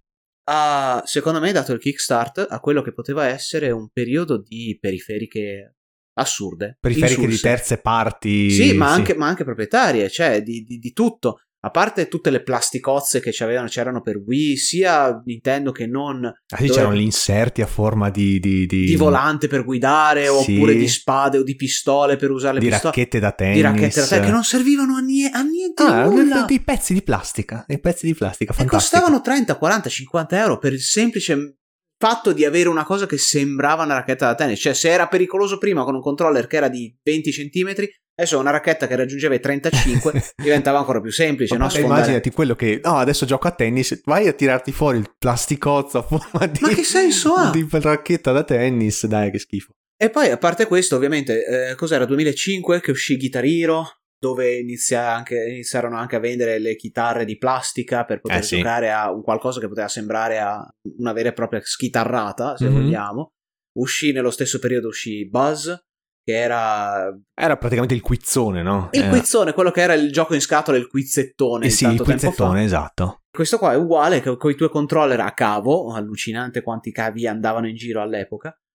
ha secondo me dato il kickstart a quello che poteva essere un periodo di periferiche assurde, periferiche insulse. Di terze parti, sì, ma, sì. Anche, ma anche proprietarie, cioè di, di, di tutto. A parte tutte le plasticozze che c'erano, c'erano per Wii, sia Nintendo che non. Ah, sì, c'erano gli inserti a forma di... Di, di... di volante per guidare, sì. Oppure di spade o di pistole per usare le di pistole. Racchette da tennis. Di racchette da tennis, che non servivano a, nie- a niente ah, nulla. Dei pezzi di plastica, dei pezzi di plastica, e fantastico. costavano trenta, quaranta, cinquanta euro per il semplice fatto di avere una cosa che sembrava una racchetta da tennis. Cioè, se era pericoloso prima con un controller che era di venti centimetri, adesso una racchetta che raggiungeva i trentacinque diventava ancora più semplice, no? Immaginati quello che no, adesso gioco a tennis, vai a tirarti fuori il plasticozzo a forma di, ma che senso ha? di racchetta da tennis, dai, che schifo. E poi a parte questo, ovviamente, eh, cos'era duemilacinque che uscì Guitar Hero, dove inizia anche, iniziarono anche a vendere le chitarre di plastica per poter eh, sì. giocare a un qualcosa che poteva sembrare a una vera e propria schitarrata, se mm-hmm. vogliamo. Uscì nello stesso periodo uscì Buzz, che era era praticamente il quizzone, no? Il eh. quizzone, quello che era il gioco in scatola, il quizzettone. Eh sì, il quizzettone, esatto. Questo qua è uguale, con i tuoi controller a cavo, allucinante quanti cavi andavano in giro all'epoca,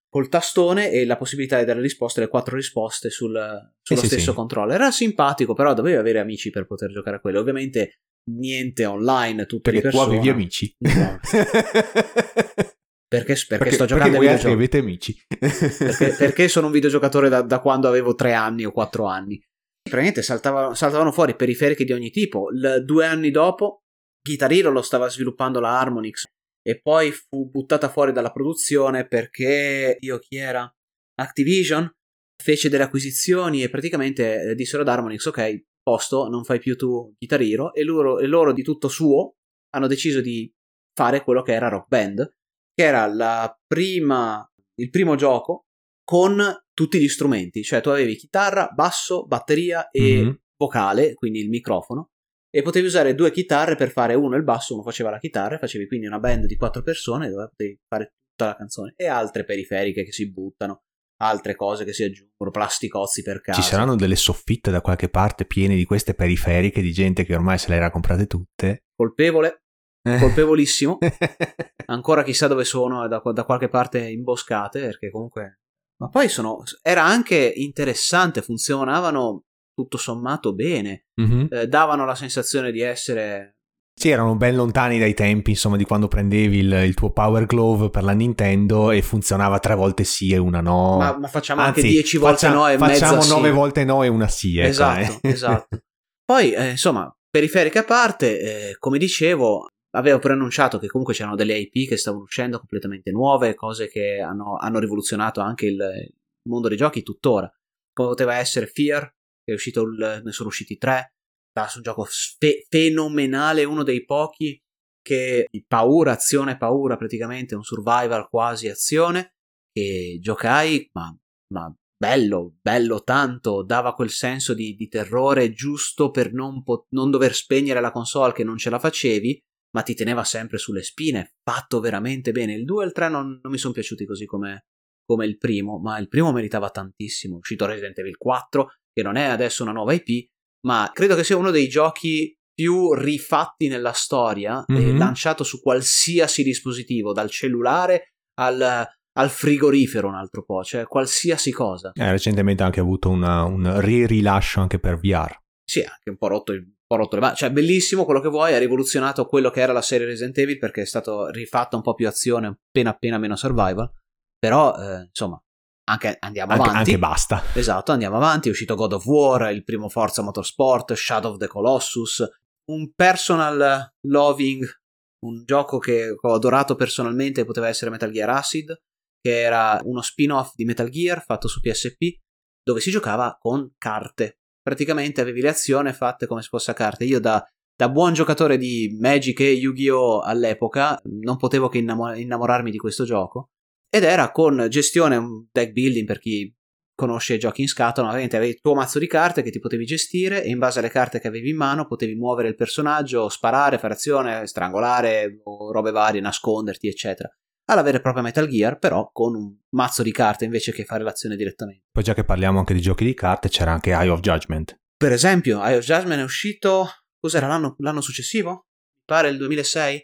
col tastone e la possibilità di dare risposte, le quattro risposte sul, sullo sì, stesso sì. controller. Era simpatico, però dovevi avere amici per poter giocare a quello. Ovviamente niente online, tutto Perché di persona. tu avevi amici. No. Perché, perché, perché sto perché giocando voi ai altri videogiochi. avete amici. perché, perché sono un videogiocatore da, da quando avevo tre anni o quattro anni. Praticamente saltavano, saltavano fuori periferiche di ogni tipo. Il, due anni dopo Guitar Hero lo stava sviluppando la Harmonix e poi fu buttata fuori dalla produzione perché io chi era? Activision fece delle acquisizioni e praticamente dissero ad Harmonix: ok, posto, non fai più tu Guitar Hero, e loro, e loro di tutto suo hanno deciso di fare quello che era Rock Band, che era la prima, il primo gioco con tutti gli strumenti, cioè tu avevi chitarra, basso, batteria e mm-hmm. vocale, quindi il microfono, e potevi usare due chitarre per fare uno il basso, uno faceva la chitarra, facevi quindi una band di quattro persone dove potevi fare tutta la canzone, e altre periferiche che si buttano, altre cose che si aggiungono, plasticozzi per caso. Ci saranno delle soffitte da qualche parte piene di queste periferiche di gente che ormai se le era comprate tutte. Colpevole, colpevolissimo. Ancora chissà dove sono, da, da qualche parte imboscate, perché comunque... Ma poi sono... era anche interessante, funzionavano tutto sommato bene, mm-hmm. eh, davano la sensazione di essere... Sì, erano ben lontani dai tempi, insomma, di quando prendevi il, il tuo Power Glove per la Nintendo e funzionava tre volte sì e una no. Ma, ma facciamo Anzi, anche dieci volte faccia, no e facciamo mezza nove sì. volte no e una sì. Ecco, esatto, eh. esatto. Poi, eh, insomma, periferiche a parte, eh, come dicevo, avevo preannunciato che comunque c'erano delle I P che stavano uscendo completamente nuove, cose che hanno, hanno rivoluzionato anche il, il mondo dei giochi tuttora. Come poteva essere Fear, che è uscito, il, ne sono usciti tre, è un gioco fe- fenomenale, uno dei pochi che di paura, azione, paura praticamente, un survival quasi azione, che giocai, ma, ma bello, bello tanto, dava quel senso di, di terrore giusto per non, po- non dover spegnere la console che non ce la facevi, ma ti teneva sempre sulle spine, fatto veramente bene. Il due e il tre non, non mi sono piaciuti così come, come il primo, ma il primo meritava tantissimo. È uscito Resident Evil quattro, che non è adesso una nuova I P, ma credo che sia uno dei giochi più rifatti nella storia, mm-hmm. e lanciato su qualsiasi dispositivo, dal cellulare al, al frigorifero un altro po', cioè qualsiasi cosa. Eh, recentemente ha anche avuto una, un ri-rilascio anche per V R. Sì, anche un po' rotto, un po' rotto le mani, cioè bellissimo quello che vuoi, ha rivoluzionato quello che era la serie Resident Evil perché è stato rifatto un po' più azione, appena appena meno survival, però eh, insomma anche andiamo anche, avanti. Anche basta. Esatto, andiamo avanti, è uscito God of War, il primo Forza Motorsport, Shadow of the Colossus, un personal loving, un gioco che ho adorato personalmente, poteva essere Metal Gear Acid, che era uno spin-off di Metal Gear fatto su P S P, dove si giocava con carte. Praticamente avevi le azioni fatte come se fosse a carte. Io da, da buon giocatore di Magic e Yu-Gi-Oh! All'epoca non potevo che innamor- innamorarmi di questo gioco, ed era con gestione, un deck building per chi conosce i giochi in scatola. Ovviamente avevi il tuo mazzo di carte che ti potevi gestire e in base alle carte che avevi in mano potevi muovere il personaggio, sparare, fare azione, strangolare o robe varie, nasconderti eccetera, alla vera e propria Metal Gear, però con un mazzo di carte invece che fare l'azione direttamente. Poi già che parliamo anche di giochi di carte, c'era anche Eye of Judgment. Per esempio Eye of Judgment è uscito, cos'era, l'anno, l'anno successivo? Mi pare il duemilasei,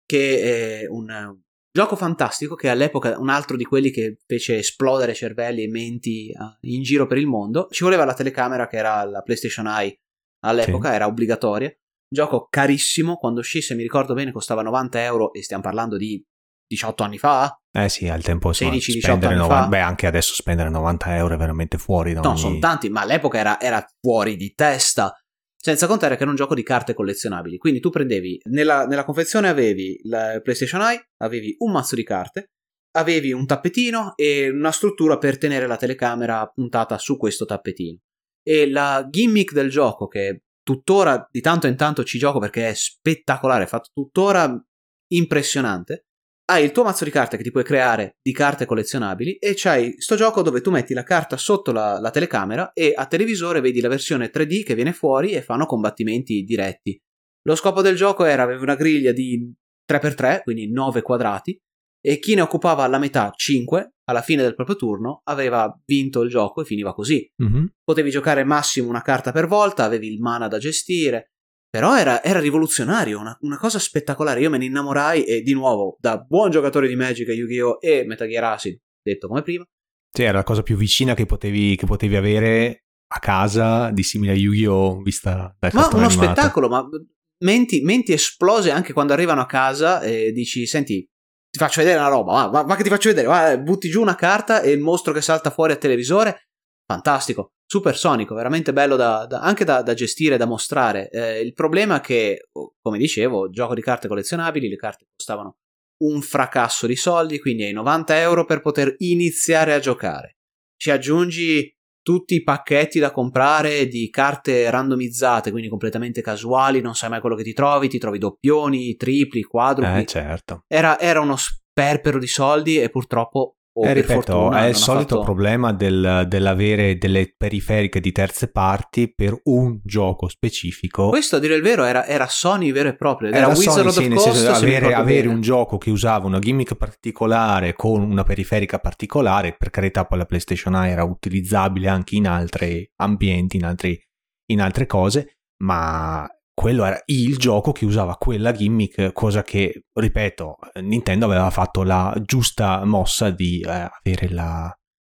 che è un gioco fantastico, che all'epoca un altro di quelli che fece esplodere cervelli e menti in giro per il mondo. Ci voleva la telecamera, che era la PlayStation Eye all'epoca, sì. Era obbligatoria. Gioco carissimo, quando uscì, se mi ricordo bene, costava novanta euro, e stiamo parlando di diciotto anni fa. Eh sì, al tempo insomma, sedici diciotto anni novanta, fa. Beh, anche adesso spendere novanta euro è veramente fuori da no, ogni... sono tanti, ma all'epoca era, era fuori di testa. Senza contare che era un gioco di carte collezionabili, quindi tu prendevi, nella, nella confezione avevi la PlayStation Eye, avevi un mazzo di carte, avevi un tappetino e una struttura per tenere la telecamera puntata su questo tappetino. E la gimmick del gioco, che tuttora di tanto in tanto ci gioco perché è spettacolare, è fatto tuttora impressionante, hai il tuo mazzo di carte che ti puoi creare di carte collezionabili e c'hai sto gioco dove tu metti la carta sotto la, la telecamera e a televisore vedi la versione tre D che viene fuori e fanno combattimenti diretti. Lo scopo del gioco era, avevi una griglia di tre per tre, quindi nove quadrati, e chi ne occupava la metà, cinque, alla fine del proprio turno aveva vinto il gioco e finiva così. Mm-hmm. Potevi giocare massimo una carta per volta, avevi il mana da gestire. Però era, era rivoluzionario, una, una cosa spettacolare. Io me ne innamorai e di nuovo, da buon giocatore di Magic e Yu-Gi-Oh! E Metal Gear Acid, detto come prima. Sì, era la cosa più vicina che potevi, che potevi avere a casa di simile a Yu-Gi-Oh! Vista dal Ma cartone uno animato. spettacolo, ma menti, menti esplose anche quando arrivano a casa e dici, senti, ti faccio vedere una roba, va, va, va che ti faccio vedere, va, butti giù una carta e il mostro che salta fuori al televisore, fantastico, supersonico, veramente bello da, da, anche da, da gestire, da mostrare. Eh, il problema è che, come dicevo, gioco di carte collezionabili, le carte costavano un fracasso di soldi, quindi hai novanta euro per poter iniziare a giocare. Ci aggiungi tutti i pacchetti da comprare di carte randomizzate, quindi completamente casuali, non sai mai quello che ti trovi, ti trovi doppioni, tripli, quadrupli. Eh, certo. Era, era uno sperpero di soldi e purtroppo, o Eh, per ripeto, fortuna, è il non ha solito fatto... problema del, dell'avere delle periferiche di terze parti per un gioco specifico. Questo, a dire il vero, era, era Sony vero e proprio. Era, Era Wizard Sony, of sì, the nel Coast, senso, se mi avere, ricordo avere bene. un gioco che usava una gimmick particolare con una periferica particolare, per carità poi la PlayStation A era utilizzabile anche in altri ambienti, in, altri, in altre cose, ma quello era il gioco che usava quella gimmick, cosa che, ripeto, Nintendo aveva fatto la giusta mossa di eh, avere la,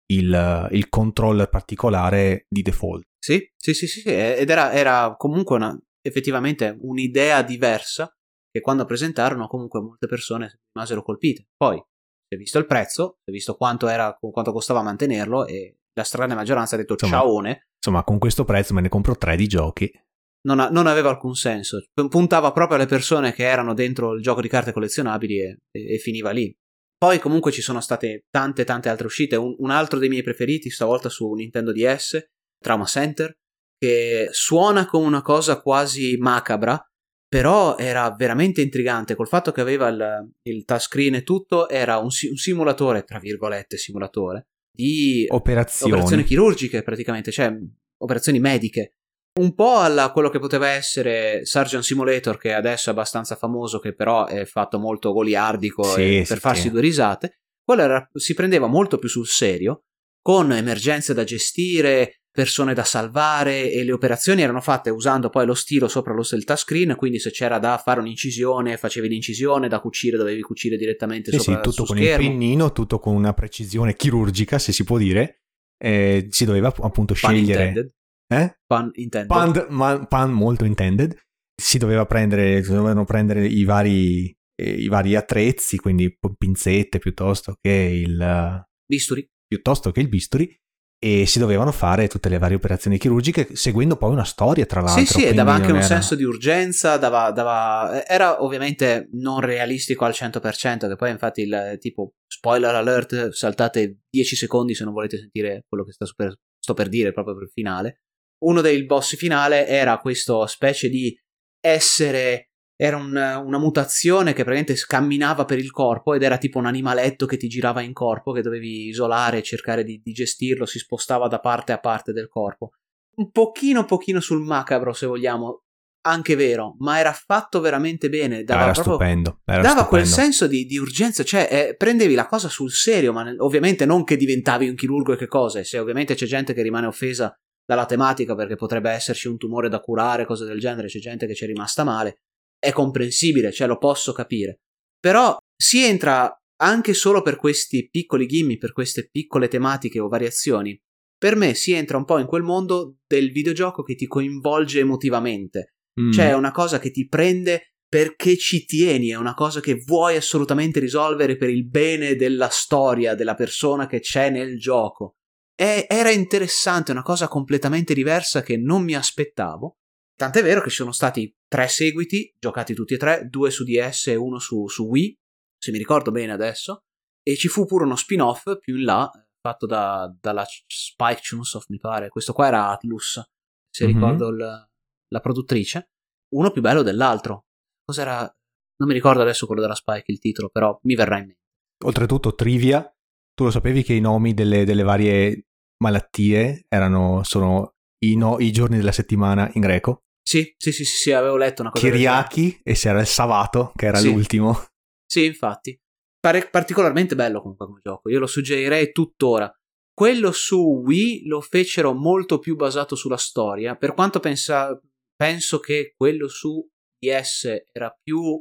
il, il controller particolare di default. Sì, sì, sì, sì, sì. Ed era, era comunque una, effettivamente un'idea diversa che quando presentarono comunque molte persone rimasero colpite. Poi si è visto il prezzo, si è visto quanto era, quanto costava mantenerlo e la stragrande maggioranza ha detto Insomma, ciaone. Insomma, con questo prezzo me ne compro tre di giochi. Non, ha, non aveva alcun senso. Puntava proprio alle persone che erano dentro il gioco di carte collezionabili e, e, e finiva lì. Poi comunque ci sono state tante tante altre uscite. Un, un altro dei miei preferiti, stavolta su Nintendo D S, Trauma Center, che suona come una cosa quasi macabra, però era veramente intrigante. Col fatto che aveva il, il touchscreen e tutto, era un, un simulatore, tra virgolette simulatore, di operazioni. operazioni chirurgiche praticamente, cioè operazioni mediche. Un po' alla quello che poteva essere Surgeon Simulator, che adesso è abbastanza famoso, che però è fatto molto goliardico sì, e sì, per farsi sì. due risate. Quello era, si prendeva molto più sul serio, con emergenze da gestire, persone da salvare, e le operazioni erano fatte usando poi lo stilo sopra lo il touchscreen, quindi se c'era da fare un'incisione facevi l'incisione, da cucire dovevi cucire direttamente sì, sopra sì, tutto su con schermo. il pennino, tutto con una precisione chirurgica, se si può dire. Eh, si doveva appunto Pun scegliere intended. eh? Pun intended. Pan, man, pan molto intended. Si doveva prendere, si dovevano prendere i vari, eh, i vari attrezzi, quindi pinzette piuttosto che il bisturi. Piuttosto che il bisturi, e si dovevano fare tutte le varie operazioni chirurgiche seguendo poi una storia, tra l'altro. Sì, sì, e dava anche un era... senso di urgenza, dava, dava... era ovviamente non realistico al cento per cento, che poi infatti il tipo spoiler alert, saltate dieci secondi se non volete sentire quello che sta per, sto per dire proprio per il finale. Uno dei boss finale era questo specie di essere, era un, una mutazione che praticamente camminava per il corpo ed era tipo un animaletto che ti girava in corpo, che dovevi isolare e cercare di, di gestirlo, si spostava da parte a parte del corpo. Un pochino pochino sul macabro, se vogliamo, anche vero, ma era fatto veramente bene, dava era proprio, stupendo era dava stupendo. quel senso di, di urgenza, cioè eh, prendevi la cosa sul serio, ma ovviamente non che diventavi un chirurgo e che cose, se ovviamente c'è gente che rimane offesa dalla tematica perché potrebbe esserci un tumore da curare, cose del genere, c'è gente che ci è rimasta male, è comprensibile, cioè lo posso capire, però si entra anche solo per questi piccoli gimmick, per queste piccole tematiche o variazioni. Per me si entra un po' in quel mondo del videogioco che ti coinvolge emotivamente, mm. cioè è una cosa che ti prende perché ci tieni, è una cosa che vuoi assolutamente risolvere per il bene della storia, della persona che c'è nel gioco. È, era interessante, una cosa completamente diversa che non mi aspettavo, tant'è vero che ci sono stati tre seguiti, giocati tutti e tre, due su D S e uno su, su Wii, se mi ricordo bene adesso, e ci fu pure uno spin-off più in là, fatto da, dalla Spike Chunsoft, mi pare. Questo qua era Atlus, se mm-hmm. ricordo il, la produttrice. Uno più bello dell'altro. Cos'era? Non mi ricordo adesso quello della Spike, il titolo, però mi verrà in mente. Oltretutto, trivia, tu lo sapevi che i nomi delle, delle varie malattie erano, sono i, no, i giorni della settimana in greco? Sì, sì, sì, sì, sì, avevo letto una cosa. Kyriaki, e se era il Savato, che era sì. l'ultimo. Sì, infatti. Pare particolarmente bello comunque come gioco, io lo suggerirei tuttora. Quello su Wii lo fecero molto più basato sulla storia, per quanto pensa, penso che quello su D S era più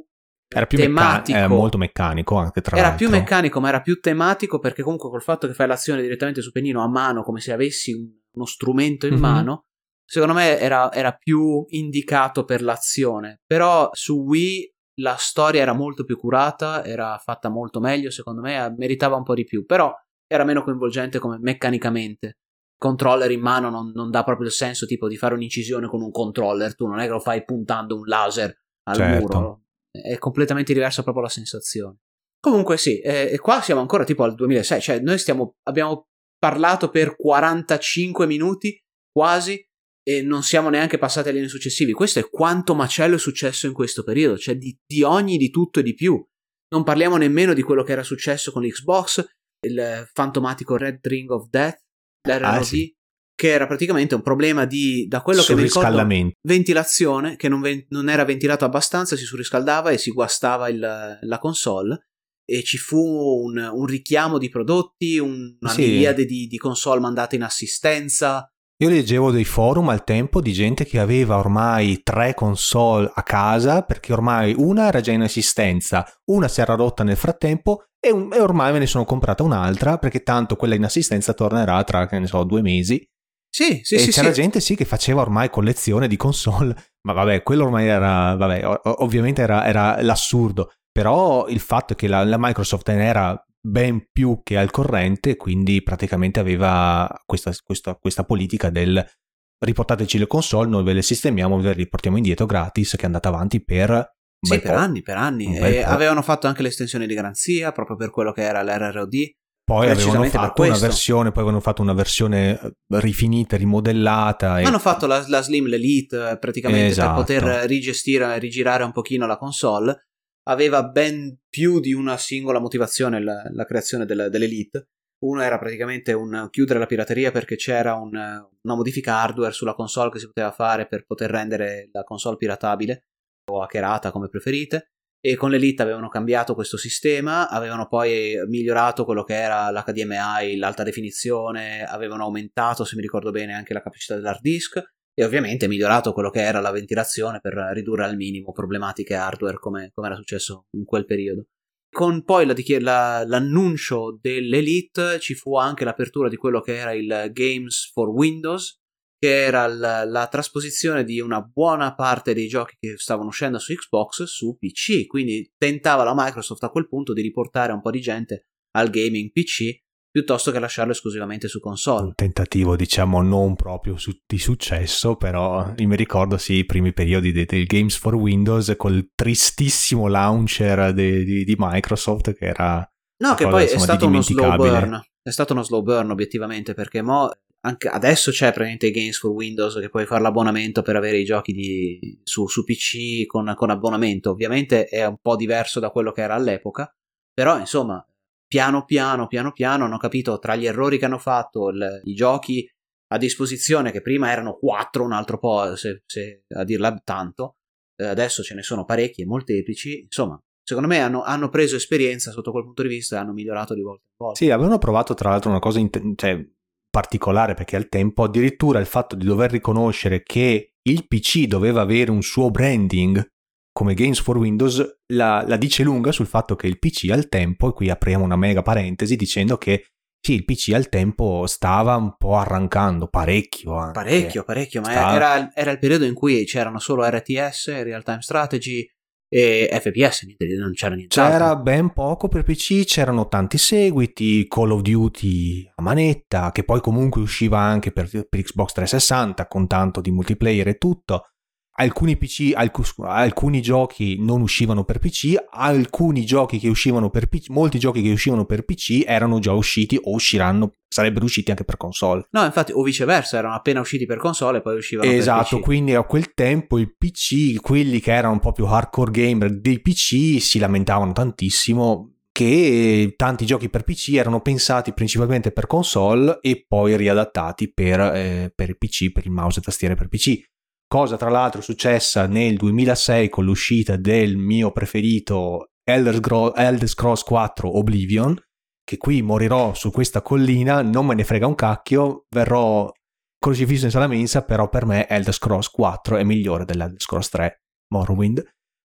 era più tematico, meccan- era molto meccanico anche tra era l'altro. più meccanico ma era più tematico, perché comunque col fatto che fai l'azione direttamente sul pennino a mano come se avessi uno strumento in mm-hmm. mano, secondo me era, era più indicato per l'azione. Però su Wii la storia era molto più curata, era fatta molto meglio, secondo me meritava un po' di più, però era meno coinvolgente come meccanicamente. Controller in mano non, non dà proprio il senso tipo di fare un'incisione con un controller, tu non è che lo fai puntando un laser al certo. muro, è completamente diversa proprio la sensazione. Comunque sì, eh, e qua siamo ancora tipo al duemilasei, cioè noi stiamo abbiamo parlato per quarantacinque minuti quasi e non siamo neanche passati agli anni successivi. Questo è quanto macello è successo in questo periodo, cioè di, di ogni, di tutto e di più. Non parliamo nemmeno di quello che era successo con l'Xbox, il fantomatico Red Ring of Death, l'R R O D, ah, sì. che era praticamente un problema di, da quello che mi ricordo, ventilazione, che non, ven- non era ventilato abbastanza, si surriscaldava e si guastava il, la console, e ci fu un, un richiamo di prodotti, un, una sì. miriade di, di console mandate in assistenza. Io leggevo dei forum al tempo di gente che aveva ormai tre console a casa, perché ormai una era già in assistenza, una si era rotta nel frattempo e, un, e ormai me ne sono comprata un'altra, perché tanto quella in assistenza tornerà tra, che ne so, due mesi. Sì, sì, e sì. c'era sì. gente sì che faceva ormai collezione di console, ma vabbè, quello ormai era, vabbè, ovviamente era, era l'assurdo, però il fatto è che la, la Microsoft ne era ben più che al corrente, quindi praticamente aveva questa, questa, questa politica del riportateci le console, noi ve le sistemiamo, ve le riportiamo indietro gratis, che è andata avanti per sì, per anni, per anni, e avevano fatto anche l'estensione di garanzia proprio per quello che era l'R R O D. Poi avevano fatto una versione, poi avevano fatto una versione rifinita, rimodellata. E... hanno fatto la, la Slim, l'Elite, praticamente esatto. per poter rigestire, rigirare un pochino la console. Aveva ben più di una singola motivazione la, la creazione del, dell'Elite. Uno era praticamente un chiudere la pirateria, perché c'era un, una modifica hardware sulla console che si poteva fare per poter rendere la console piratabile o hackerata, come preferite. E con l'Elite avevano cambiato questo sistema, avevano poi migliorato quello che era l'H D M I, l'alta definizione, avevano aumentato, se mi ricordo bene, anche la capacità dell'hard disk e ovviamente migliorato quello che era la ventilazione per ridurre al minimo problematiche hardware come, come era successo in quel periodo. Con poi la, la, l'annuncio dell'Elite ci fu anche l'apertura di quello che era il Games for Windows, che era la, la trasposizione di una buona parte dei giochi che stavano uscendo su Xbox su P C, quindi tentava la Microsoft a quel punto di riportare un po' di gente al gaming P C piuttosto che lasciarlo esclusivamente su console. Un tentativo, diciamo, non proprio su, di successo, però io mi ricordo sì i primi periodi del de Games for Windows col tristissimo launcher de, di, di Microsoft, che era no, che cosa, poi insomma, è stato uno slow burn, è stato uno slow burn obiettivamente, perché mo anche adesso c'è praticamente Games for Windows che puoi fare l'abbonamento per avere i giochi di, su, su P C con, con abbonamento. Ovviamente è un po' diverso da quello che era all'epoca, però insomma piano piano piano piano hanno capito, tra gli errori che hanno fatto, il, i giochi a disposizione che prima erano quattro, un altro po' se, se a dirla tanto, eh, adesso ce ne sono parecchi e molteplici. Insomma, secondo me hanno, hanno preso esperienza sotto quel punto di vista e hanno migliorato di volta in volta. Sì, avevano provato tra l'altro una cosa in, cioè, particolare, perché al tempo addirittura il fatto di dover riconoscere che il P C doveva avere un suo branding come Games for Windows la, la dice lunga sul fatto che il P C al tempo, e qui apriamo una mega parentesi dicendo che sì, il P C al tempo stava un po' arrancando parecchio anche. parecchio parecchio ma stava... era, era il periodo in cui c'erano solo R T S, Real Time Strategy e F P S, non c'era niente c'era altro. Ben poco per P C, c'erano tanti seguiti, Call of Duty a manetta, che poi comunque usciva anche per, per Xbox trecentosessanta con tanto di multiplayer e tutto. Alcuni P C, alc- alcuni giochi non uscivano per P C, alcuni giochi che uscivano per P C, molti giochi che uscivano per P C erano già usciti o usciranno, sarebbero usciti anche per console. No, infatti, o viceversa, erano appena usciti per console e poi uscivano esatto, per P C. Esatto, quindi a quel tempo il P C, quelli che erano un po' più hardcore gamer dei P C, si lamentavano tantissimo che tanti giochi per P C erano pensati principalmente per console e poi riadattati per, eh, per il P C, per il mouse e tastiere per P C. Cosa tra l'altro successa nel duemilasei con l'uscita del mio preferito Elder Scrolls, Elder Scrolls quattro Oblivion, che qui morirò su questa collina, non me ne frega un cacchio, verrò crocifisso in sala mensa, però per me Elder Scrolls quattro è migliore dell'Elder Scrolls tre Morrowind,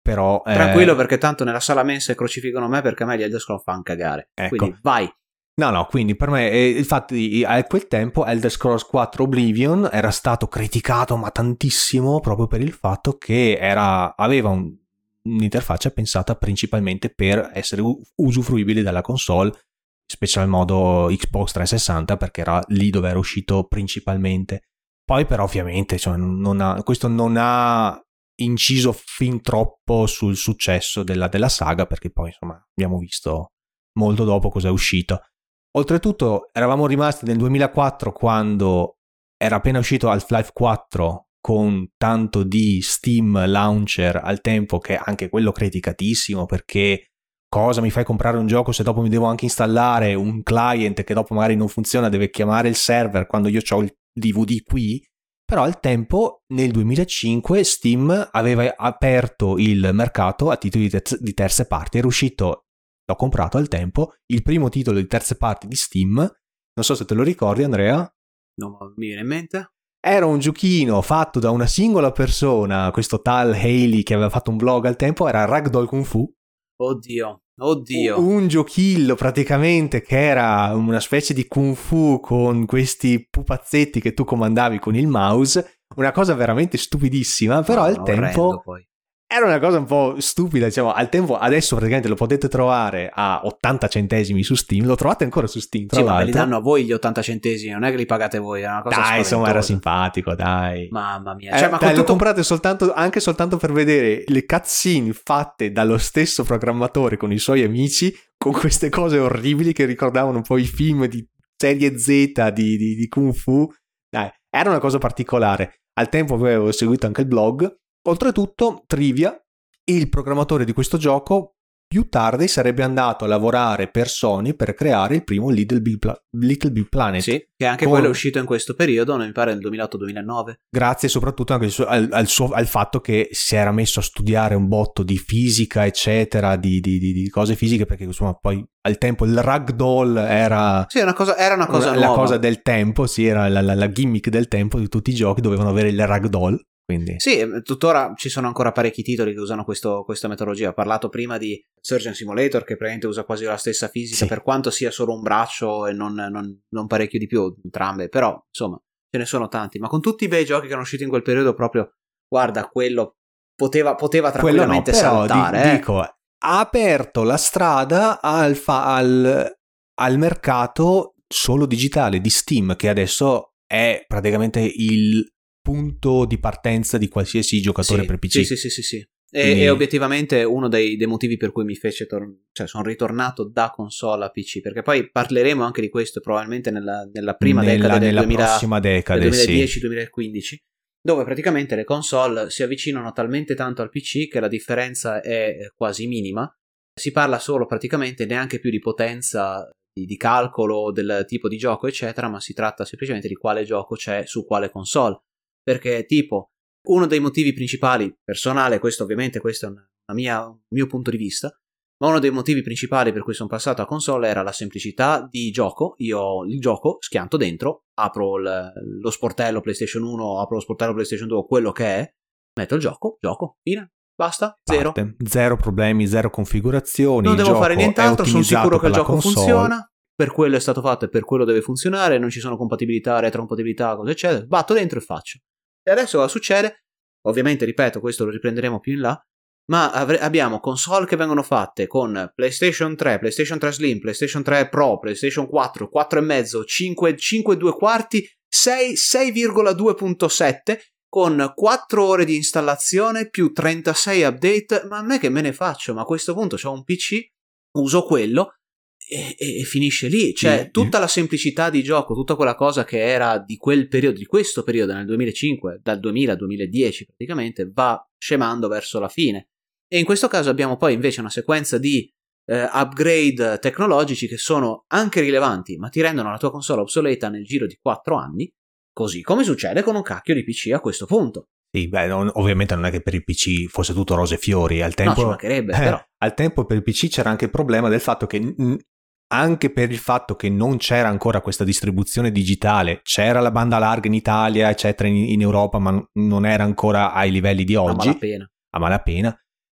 però... Tranquillo, eh... perché tanto nella sala mensa crocifiggono me perché a me gli Elder Scrolls fanno cagare. Ecco. Quindi vai. No, no, quindi per me, eh, infatti a quel tempo Elder Scrolls quattro Oblivion era stato criticato ma tantissimo proprio per il fatto che era, aveva un, un'interfaccia pensata principalmente per essere u- usufruibile dalla console, special modo Xbox trecentosessanta, perché era lì dove era uscito principalmente. Poi però ovviamente cioè, non ha, questo non ha inciso fin troppo sul successo della, della saga, perché poi insomma abbiamo visto molto dopo cosa è uscito. Oltretutto eravamo rimasti nel duemilaquattro, quando era appena uscito Half-Life quattro con tanto di Steam Launcher al tempo, che anche quello criticatissimo, perché cosa mi fai comprare un gioco se dopo mi devo anche installare un client che dopo magari non funziona, deve chiamare il server quando io ho il D V D qui. Però al tempo, nel duemilacinque, Steam aveva aperto il mercato a titoli di, terze, di terze parti. Era uscito, l'ho comprato al tempo, il primo titolo di terze parti di Steam. Non so se te lo ricordi, Andrea. Non mi viene in mente. Era un giochino fatto da una singola persona, questo tal Haley che aveva fatto un blog al tempo, era Ragdoll Kung Fu. Oddio, oddio. Un giochillo praticamente che era una specie di Kung Fu con questi pupazzetti che tu comandavi con il mouse, una cosa veramente stupidissima, però no, al tempo poi. era una cosa un po' stupida, diciamo, al tempo. Adesso praticamente lo potete trovare a ottanta centesimi su Steam, lo trovate ancora su Steam, tra sì, l'altro. ma li danno a voi gli ottanta centesimi, non è che li pagate voi, è una cosa dai, spaventosa. insomma, era simpatico, dai. Mamma mia, Eh, cioè, ma dai, con lo tutto... comprate soltanto, anche soltanto per vedere le cutscene fatte dallo stesso programmatore con i suoi amici, con queste cose orribili che ricordavano un po' i film di serie Z di, di, di Kung Fu. Dai, era una cosa particolare. Al tempo avevo seguito anche il blog. Oltretutto, trivia, il programmatore di questo gioco più tardi sarebbe andato a lavorare per Sony per creare il primo Little Big, Pla- Little Big Planet. Sì, che anche con... quello è uscito in questo periodo, mi pare nel duemilaotto duemilanove. Grazie soprattutto anche al, al, suo, al fatto che si era messo a studiare un botto di fisica, eccetera, di, di, di, di cose fisiche, perché insomma poi al tempo il ragdoll era... Sì, una cosa, era una cosa una, nuova. La cosa del tempo, sì, era la, la, la gimmick del tempo di tutti i giochi, dovevano avere il ragdoll. Quindi. Sì, tuttora ci sono ancora parecchi titoli che usano questo, questa metodologia. Ho parlato prima di Surgeon Simulator, che praticamente usa quasi la stessa fisica, sì, per quanto sia solo un braccio e non, non, non parecchio di più, entrambe, però insomma ce ne sono tanti. Ma con tutti i bei giochi che erano usciti in quel periodo, proprio guarda, quello poteva, poteva tranquillamente quello no, però, saltare. Di, eh. Dico, ha aperto la strada al, fa, al, al mercato solo digitale di Steam, che adesso è praticamente il punto di partenza di qualsiasi giocatore sì, per P C. Sì, sì, sì, sì, sì. E, Quindi... e obiettivamente uno dei, dei motivi per cui mi fece tor- cioè sono ritornato da console a P C, perché poi parleremo anche di questo probabilmente nella, nella prima nella, decade del nella duemila, prossima decade, del duemiladieci sì. duemilaquindici, dove praticamente le console si avvicinano talmente tanto al P C che la differenza è quasi minima. Si parla solo praticamente neanche più di potenza di, di calcolo del tipo di gioco eccetera, ma si tratta semplicemente di quale gioco c'è su quale console. Perché tipo uno dei motivi principali, personale, questo ovviamente questo è una mia, un mio punto di vista, ma uno dei motivi principali per cui sono passato a console era la semplicità di gioco. Io ho il gioco, schianto dentro, apro il, lo sportello PlayStation uno, apro lo sportello PlayStation due, quello che è, metto il gioco, gioco, fine, basta, zero. Parte. Zero problemi, zero configurazioni. Non il devo fare nient'altro, sono sicuro che il gioco console. funziona. Per quello è stato fatto e per quello deve funzionare, non ci sono compatibilità, retrocompatibilità, cose eccetera, batto dentro e faccio. E adesso cosa succede? Ovviamente, ripeto, questo lo riprenderemo più in là, ma avre- abbiamo console che vengono fatte con PlayStation tre, PlayStation tre Slim, PlayStation tre Pro, PlayStation quattro, quattro e mezzo, cinque, cinque e due quarti, sei, sei virgola due punto sette con quattro ore di installazione più trentasei update. Ma a me che me ne faccio? Ma a questo punto c'ho un P C, uso quello E, e, e finisce lì, cioè tutta la semplicità di gioco, tutta quella cosa che era di quel periodo, di questo periodo nel duemilacinque, dal duemila al duemiladieci praticamente, va scemando verso la fine. E in questo caso abbiamo poi invece una sequenza di eh, upgrade tecnologici che sono anche rilevanti, ma ti rendono la tua console obsoleta nel giro di quattro anni, così come succede con un cacchio di P C a questo punto. Sì, beh, non, ovviamente non è che per il P C fosse tutto rose e fiori, al tempo, no, ci mancherebbe, eh, però. Al tempo per il P C c'era anche il problema del fatto che mh, anche per il fatto che non c'era ancora questa distribuzione digitale, c'era la banda larga in Italia, eccetera, in, in Europa, ma non era ancora ai livelli di oggi. A malapena. A malapena.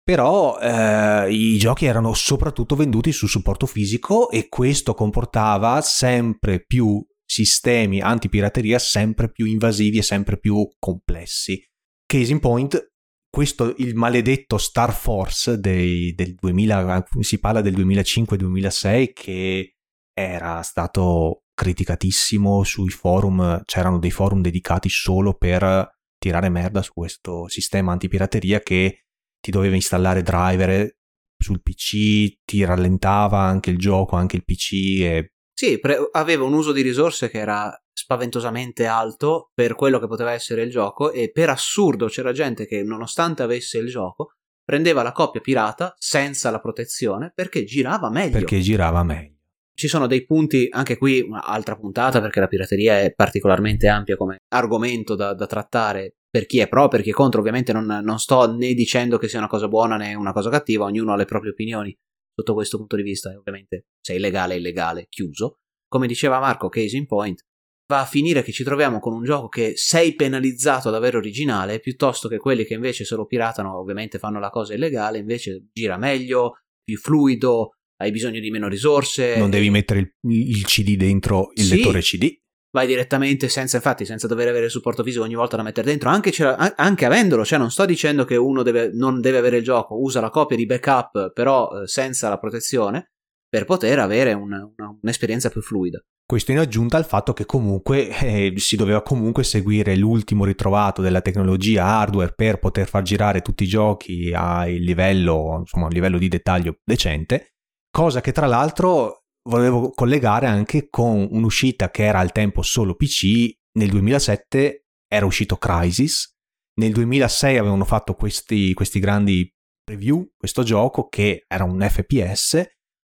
Però eh, i giochi erano soprattutto venduti su supporto fisico e questo comportava sempre più sistemi antipirateria sempre più invasivi e sempre più complessi. Case in point, questo il maledetto Star Force dei, del duemila, si parla del duemilacinque duemilasei, che era stato criticatissimo sui forum, c'erano dei forum dedicati solo per tirare merda su questo sistema antipirateria che ti doveva installare driver sul P C, ti rallentava anche il gioco, anche il P C e... Sì, pre- aveva un uso di risorse che era spaventosamente alto per quello che poteva essere il gioco, e per assurdo c'era gente che, nonostante avesse il gioco, prendeva la copia pirata senza la protezione perché girava meglio. Perché girava meglio. Ci sono dei punti, anche qui un'altra puntata, perché la pirateria è particolarmente ampia come argomento da, da trattare, per chi è pro, per chi è contro. Ovviamente non, non sto né dicendo che sia una cosa buona né una cosa cattiva, ognuno ha le proprie opinioni sotto questo punto di vista, e ovviamente se è illegale è illegale, chiuso. Come diceva Marco, case in point, va a finire che ci troviamo con un gioco che sei penalizzato ad avere originale, piuttosto che quelli che invece se lo piratano ovviamente fanno la cosa illegale, invece gira meglio, più fluido, hai bisogno di meno risorse. Non devi mettere il, il C D dentro il sì, lettore C D. Vai direttamente, senza infatti, senza dover avere il supporto fisico ogni volta da mettere dentro, anche, anche avendolo. Cioè non sto dicendo che uno deve, non deve avere il gioco, usa la copia di backup però eh, senza la protezione, per poter avere un, una, un'esperienza più fluida. Questo in aggiunta al fatto che comunque eh, si doveva comunque seguire l'ultimo ritrovato della tecnologia hardware per poter far girare tutti i giochi a livello, insomma, a livello di dettaglio decente, cosa che tra l'altro volevo collegare anche con un'uscita che era al tempo solo P C. Nel duemilasette era uscito Crysis, nel duemilasei avevano fatto questi, questi grandi preview, questo gioco che era un F P S,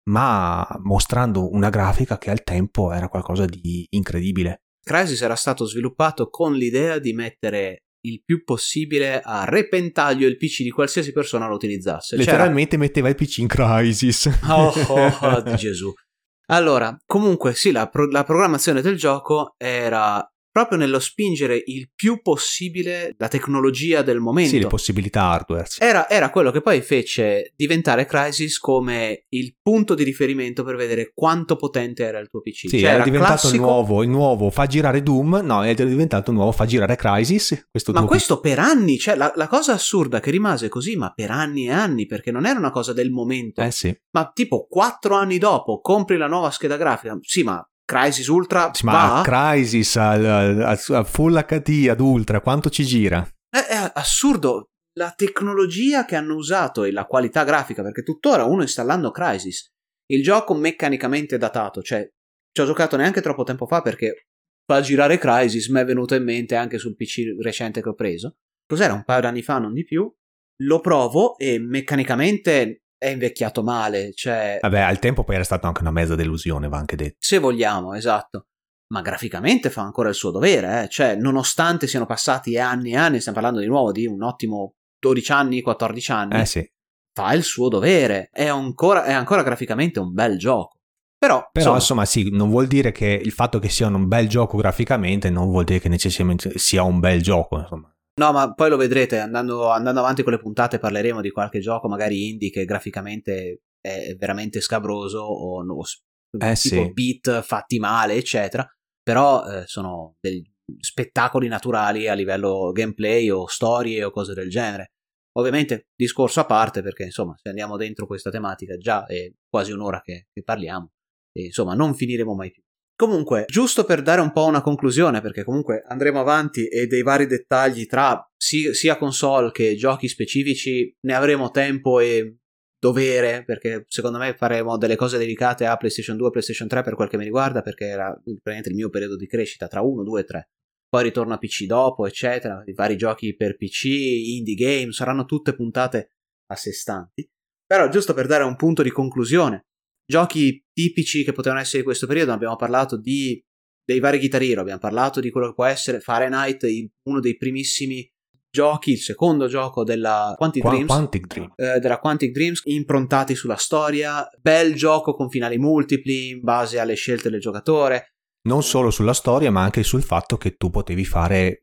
ma mostrando una grafica che al tempo era qualcosa di incredibile. Crysis era stato sviluppato con l'idea di mettere il più possibile a repentaglio il P C di qualsiasi persona lo utilizzasse. Letteralmente C'era... metteva il P C in Crysis. Oh, oh, oh di Gesù. Allora, comunque sì, la, pro- la programmazione del gioco era proprio nello spingere il più possibile la tecnologia del momento. Sì, le possibilità hardware. Sì. Era, era quello che poi fece diventare Crysis come il punto di riferimento per vedere quanto potente era il tuo P C. Sì, cioè, era, era diventato classico... il nuovo, il nuovo fa girare Doom, no, è diventato il nuovo fa girare Crysis. Questo ma questo P C. Per anni, cioè la, la cosa assurda che rimase così, ma per anni e anni, perché non era una cosa del momento. Eh sì. Ma tipo quattro anni dopo compri la nuova scheda grafica, sì, ma Crysis Ultra sì, va? Ma Crysis al, al, al Full H D ad Ultra quanto ci gira? È, è assurdo la tecnologia che hanno usato e la qualità grafica, perché tuttora uno installando Crysis, il gioco meccanicamente datato, cioè ci ho giocato neanche troppo tempo fa perché fa girare Crysis, mi è venuto in mente anche sul P C recente che ho preso, cos'era, un paio d'anni fa, non di più, lo provo e meccanicamente è invecchiato male, cioè... Vabbè, al tempo poi era stata anche una mezza delusione, va anche detto. Se vogliamo, esatto. Ma graficamente fa ancora il suo dovere, eh? Cioè, nonostante siano passati anni e anni, stiamo parlando di nuovo di un ottimo dodici anni, quattordici anni, eh sì. fa il suo dovere, è ancora, è ancora graficamente un bel gioco. Però, Però insomma, insomma sì, non vuol dire che il fatto che sia un bel gioco graficamente non vuol dire che necessariamente sia un bel gioco, insomma. No, ma poi lo vedrete, andando, andando avanti con le puntate parleremo di qualche gioco magari indie che graficamente è veramente scabroso o, o eh tipo sì. beat fatti male, eccetera, però eh, sono degli spettacoli naturali a livello gameplay o storie o cose del genere. Ovviamente discorso a parte, perché insomma se andiamo dentro questa tematica già è quasi un'ora che, che parliamo e insomma non finiremo mai più. Comunque, giusto per dare un po' una conclusione, perché comunque andremo avanti e dei vari dettagli tra sia console che giochi specifici ne avremo tempo e dovere, perché secondo me faremo delle cose dedicate a PlayStation due e PlayStation tre per quel che mi riguarda, perché era praticamente il mio periodo di crescita tra uno, due e tre. Poi ritorno a P C dopo, eccetera, i vari giochi per P C, indie game, saranno tutte puntate a sé stanti. Però giusto per dare un punto di conclusione, giochi tipici che potevano essere di questo periodo, abbiamo parlato di dei vari Guitar Hero, abbiamo parlato di quello che può essere Fahrenheit, uno dei primissimi giochi, il secondo gioco della Quantic Qua- Dreams, Quantic Dream. eh, della Quantic Dreams, improntati sulla storia, bel gioco con finali multipli in base alle scelte del giocatore. Non solo sulla storia, ma anche sul fatto che tu potevi fare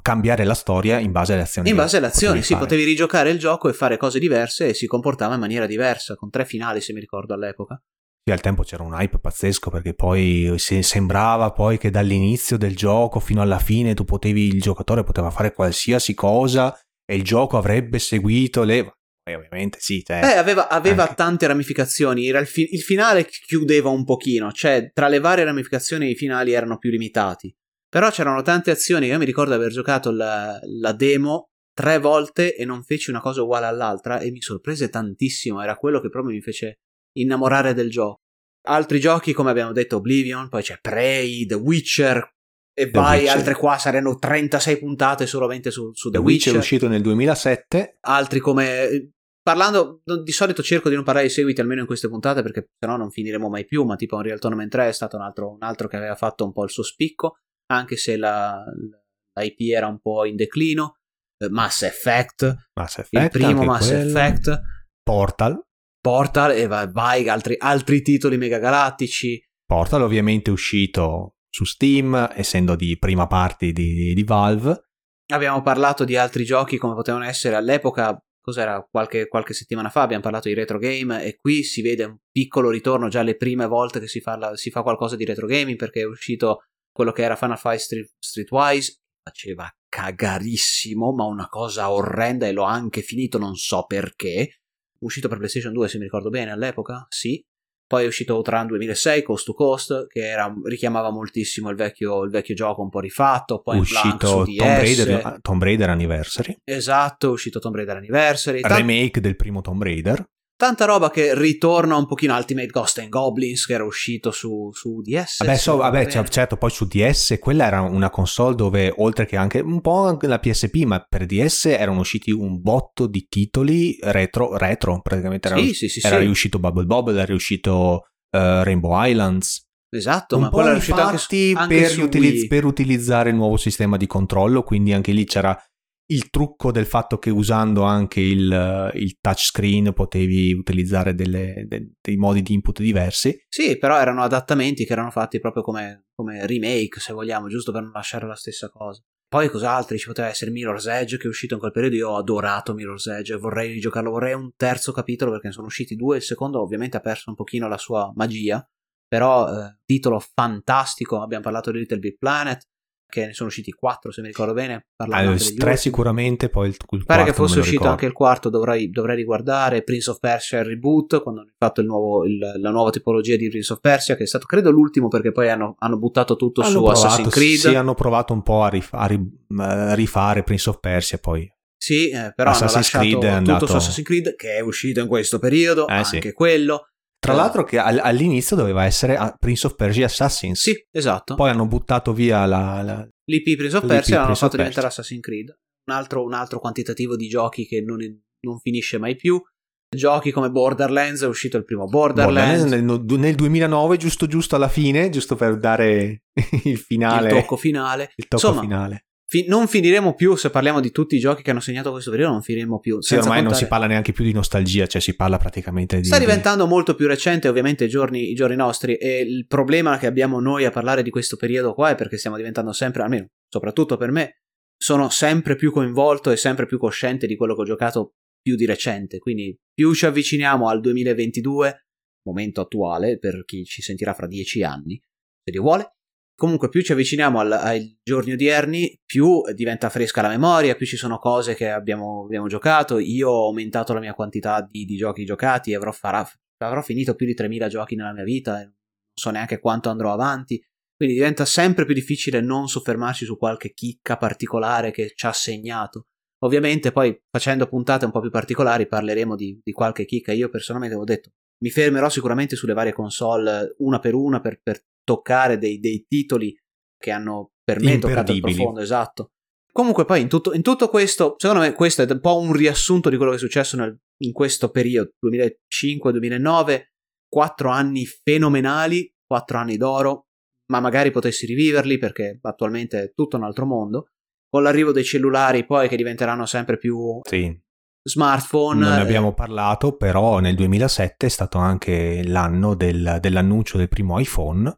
cambiare la storia in base alle azioni. In base alle azioni, potevi sì, fare. potevi rigiocare il gioco e fare cose diverse e si comportava in maniera diversa, con tre finali se mi ricordo all'epoca. Sì, al tempo c'era un hype pazzesco perché poi si sembrava poi che dall'inizio del gioco fino alla fine tu potevi, il giocatore poteva fare qualsiasi cosa e il gioco avrebbe seguito le... E ovviamente sì, cioè, Eh, aveva, aveva anche... tante ramificazioni. Era il, fi- il finale chiudeva un pochino, cioè tra le varie ramificazioni i finali erano più limitati. Però c'erano tante azioni. Io mi ricordo di aver giocato la, la demo tre volte e non feci una cosa uguale all'altra e mi sorprese tantissimo. Era quello che proprio mi fece innamorare del gioco. Altri giochi, come abbiamo detto, Oblivion, poi c'è Prey, The Witcher e The vai, Witcher. altre qua saranno trentasei puntate solamente su, su The, The Witcher. Witcher è uscito nel duemilasette. Altri come... Parlando, di solito cerco di non parlare di seguiti almeno in queste puntate perché sennò non finiremo mai più, ma tipo Unreal Tournament tre è stato un altro, un altro che aveva fatto un po' il suo spicco, anche se la, l'I P era un po' in declino. Mass Effect, Mass Effect, il primo anche Mass quello. Effect, Portal. Portal e vai, vai altri, altri titoli megagalattici. Portal ovviamente è uscito su Steam, essendo di prima parte di, di Valve. Abbiamo parlato di altri giochi come potevano essere all'epoca, cos'era, qualche, qualche settimana fa abbiamo parlato di retro game e qui si vede un piccolo ritorno già le prime volte che si fa, la, si fa qualcosa di retro gaming, perché è uscito quello che era Final Fight Street, Streetwise, faceva cagarissimo, ma una cosa orrenda, e l'ho anche finito, non so perché. Uscito per PlayStation due se mi ricordo bene all'epoca, sì. Poi è uscito Outrun duemilasei, Coast to Coast, che era, richiamava moltissimo il vecchio, il vecchio gioco un po' rifatto. Poi È in Blank uscito su D S. Tomb Raider, Tomb Raider Anniversary. Esatto, è uscito Tomb Raider Anniversary. Tant- Remake del primo Tomb Raider. Tanta roba che ritorna un pochino. Ultimate Ghost and Goblins, che era uscito su, su D S. Vabbè, so, vabbè cioè, certo, poi su D S quella era una console dove, oltre che anche un po' anche la P S P, ma per D S erano usciti un botto di titoli retro, retro praticamente. Era, sì, sì, sì, era sì. riuscito Bubble Bobble, era riuscito uh, Rainbow Islands. Esatto, Un ma po' poi era uscito anche, su, infatti anche per, su utiliz- Wii. per utilizzare il nuovo sistema di controllo, quindi anche lì c'era il trucco del fatto che usando anche il, il touchscreen potevi utilizzare delle, de, dei modi di input diversi. Sì, però erano adattamenti che erano fatti proprio come, come remake, se vogliamo, giusto per non lasciare la stessa cosa. Poi cos'altri? Ci poteva essere Mirror's Edge, che è uscito in quel periodo. Io ho adorato Mirror's Edge, vorrei rigiocarlo, vorrei un terzo capitolo perché ne sono usciti due. Il secondo ovviamente ha perso un pochino la sua magia, però eh, titolo fantastico. Abbiamo parlato di Little Big Planet, che ne sono usciti quattro se mi ricordo bene. Allora, tre ultimi. Sicuramente, poi il, il pare quarto che fosse uscito ricordo. Anche il quarto, dovrei, dovrei riguardare Prince of Persia il reboot, quando hanno fatto il nuovo, il, la nuova tipologia di Prince of Persia, che è stato credo l'ultimo, perché poi hanno, hanno buttato tutto hanno su provato, Assassin's Creed. Sì, hanno provato un po' a, rif- a ri- rifare Prince of Persia, poi sì, eh, però Assassin's hanno lasciato Creed è tutto andato... su Assassin's Creed, che è uscito in questo periodo, eh, anche sì. quello. Tra eh. l'altro che all'inizio doveva essere Prince of Persia Assassins. Sì, esatto. Poi hanno buttato via la... la... l'I P Prince of l'I P Persia e l'hanno Prince of fatto diventare Persia. Assassin's Creed. Un altro, un altro quantitativo di giochi che non, è, non finisce mai più. Giochi come Borderlands, è uscito il primo Borderlands. Borderlands nel, nel duemilanove, giusto giusto alla fine, giusto per dare il finale. Il tocco finale. Il tocco Insomma, finale. Fi- non finiremo più, se parliamo di tutti i giochi che hanno segnato questo periodo, non finiremo più. Sì, ormai contare... non si parla neanche più di nostalgia, cioè si parla praticamente di... Sta diventando molto più recente ovviamente i giorni, i giorni nostri, e il problema che abbiamo noi a parlare di questo periodo qua è perché stiamo diventando sempre, almeno soprattutto per me, sono sempre più coinvolto e sempre più cosciente di quello che ho giocato più di recente, quindi più ci avviciniamo al duemilaventidue, momento attuale per chi ci sentirà fra dieci anni, se Dio vuole. Comunque più ci avviciniamo al, ai giorni odierni, più diventa fresca la memoria, più ci sono cose che abbiamo, abbiamo giocato. Io ho aumentato la mia quantità di, di giochi giocati, avrò, farà, avrò finito più di tremila giochi nella mia vita, e non so neanche quanto andrò avanti, quindi diventa sempre più difficile non soffermarsi su qualche chicca particolare che ci ha segnato. Ovviamente poi facendo puntate un po' più particolari parleremo di, di qualche chicca. Io personalmente avevo detto, mi fermerò sicuramente sulle varie console una per una per, per toccare dei, dei titoli che hanno per me toccato il profondo, esatto. Comunque poi in tutto, in tutto questo, secondo me questo è un po' un riassunto di quello che è successo nel, in questo periodo, duemilacinque duemilanove, quattro anni fenomenali, quattro anni d'oro, ma magari potessi riviverli perché attualmente è tutto un altro mondo, con l'arrivo dei cellulari poi che diventeranno sempre più... Sì. Smartphone. Non ne abbiamo parlato, però nel duemilasette è stato anche l'anno del, dell'annuncio del primo iPhone,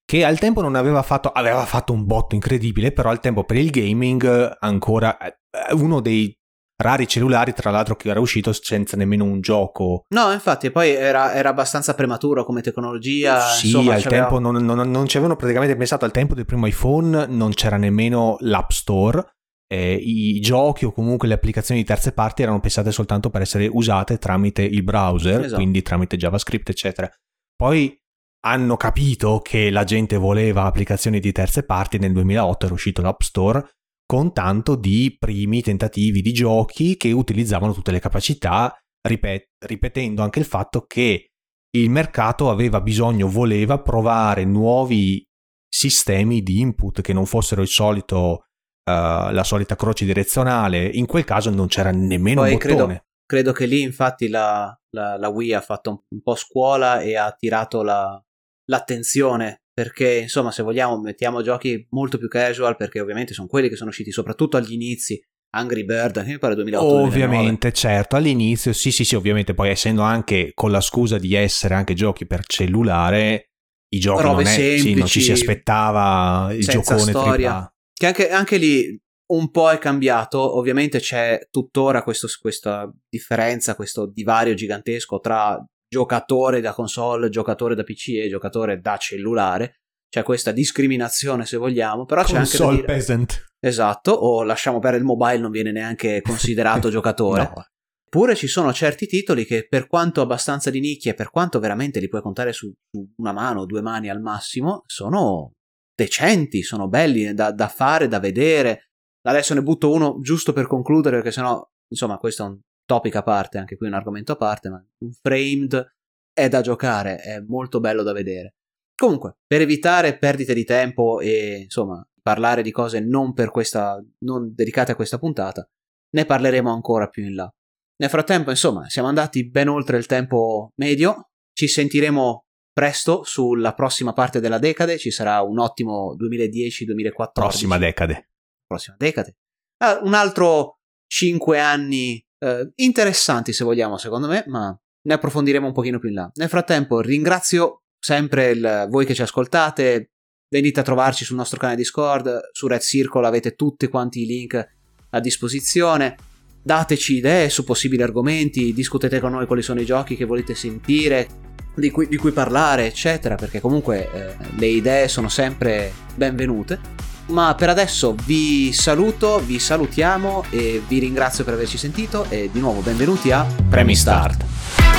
che al tempo non aveva fatto, aveva fatto un botto incredibile, però al tempo per il gaming ancora uno dei rari cellulari, tra l'altro, che era uscito senza nemmeno un gioco. No, infatti, poi era, era abbastanza prematuro come tecnologia. Sì, insomma, al tempo non, non, non ci avevano praticamente pensato. Al tempo del primo iPhone non c'era nemmeno l'App Store. Eh, i giochi o comunque le applicazioni di terze parti erano pensate soltanto per essere usate tramite il browser, esatto. Quindi tramite JavaScript, eccetera. Poi hanno capito che la gente voleva applicazioni di terze parti. Nel duemilaotto era uscito l'App Store con tanto di primi tentativi di giochi che utilizzavano tutte le capacità, ripet- ripetendo anche il fatto che il mercato aveva bisogno, voleva provare nuovi sistemi di input che non fossero il solito, uh, la solita croce direzionale. In quel caso non c'era nemmeno Poi un bottone. Credo, credo che lì infatti la, la, la Wii ha fatto un, un po' scuola e ha attirato la, l'attenzione. Perché insomma, se vogliamo, mettiamo giochi molto più casual, perché ovviamente sono quelli che sono usciti soprattutto agli inizi. Angry Bird, che mi pare duemilaotto. Ovviamente, certo, all'inizio, sì, sì, sì, ovviamente, poi essendo anche con la scusa di essere anche giochi per cellulare, i giochi non, è, semplici, sì, non ci si aspettava il giocone storia. tripla A. Che anche, anche lì un po' è cambiato. Ovviamente c'è tuttora questo, questa differenza, questo divario gigantesco tra giocatore da console, giocatore da P C e giocatore da cellulare. C'è questa discriminazione, se vogliamo, però console c'è anche da dire... peasant. Esatto, o lasciamo perdere il mobile, non viene neanche considerato giocatore. No. Eppure ci sono certi titoli che, per quanto abbastanza di nicchia, per quanto veramente li puoi contare su, su una mano o due mani al massimo, sono decenti, sono belli da, da fare, da vedere. Adesso ne butto uno giusto per concludere, perché sennò, insomma, questo è un topic a parte, anche qui un argomento a parte, ma un Framed è da giocare, è molto bello da vedere. Comunque, per evitare perdite di tempo e, insomma, parlare di cose non per questa, non dedicate a questa puntata, ne parleremo ancora più in là. Nel frattempo, insomma, siamo andati ben oltre il tempo medio, ci sentiremo presto sulla prossima parte della decade, ci sarà un ottimo duemiladieci duemilaquattordici. Prossima decade. Prossima decade. Ah, un altro cinque anni eh, interessanti, se vogliamo, secondo me, ma ne approfondiremo un pochino più in là. Nel frattempo ringrazio sempre il, voi che ci ascoltate. Venite a trovarci sul nostro canale Discord, su Red Circle avete tutti quanti i link a disposizione. Dateci idee su possibili argomenti, discutete con noi quali sono i giochi che volete sentire, di cui, di cui parlare, eccetera, perché comunque eh, le idee sono sempre benvenute. Ma per adesso vi saluto, vi salutiamo e vi ringrazio per averci sentito e di nuovo benvenuti a Premi Start.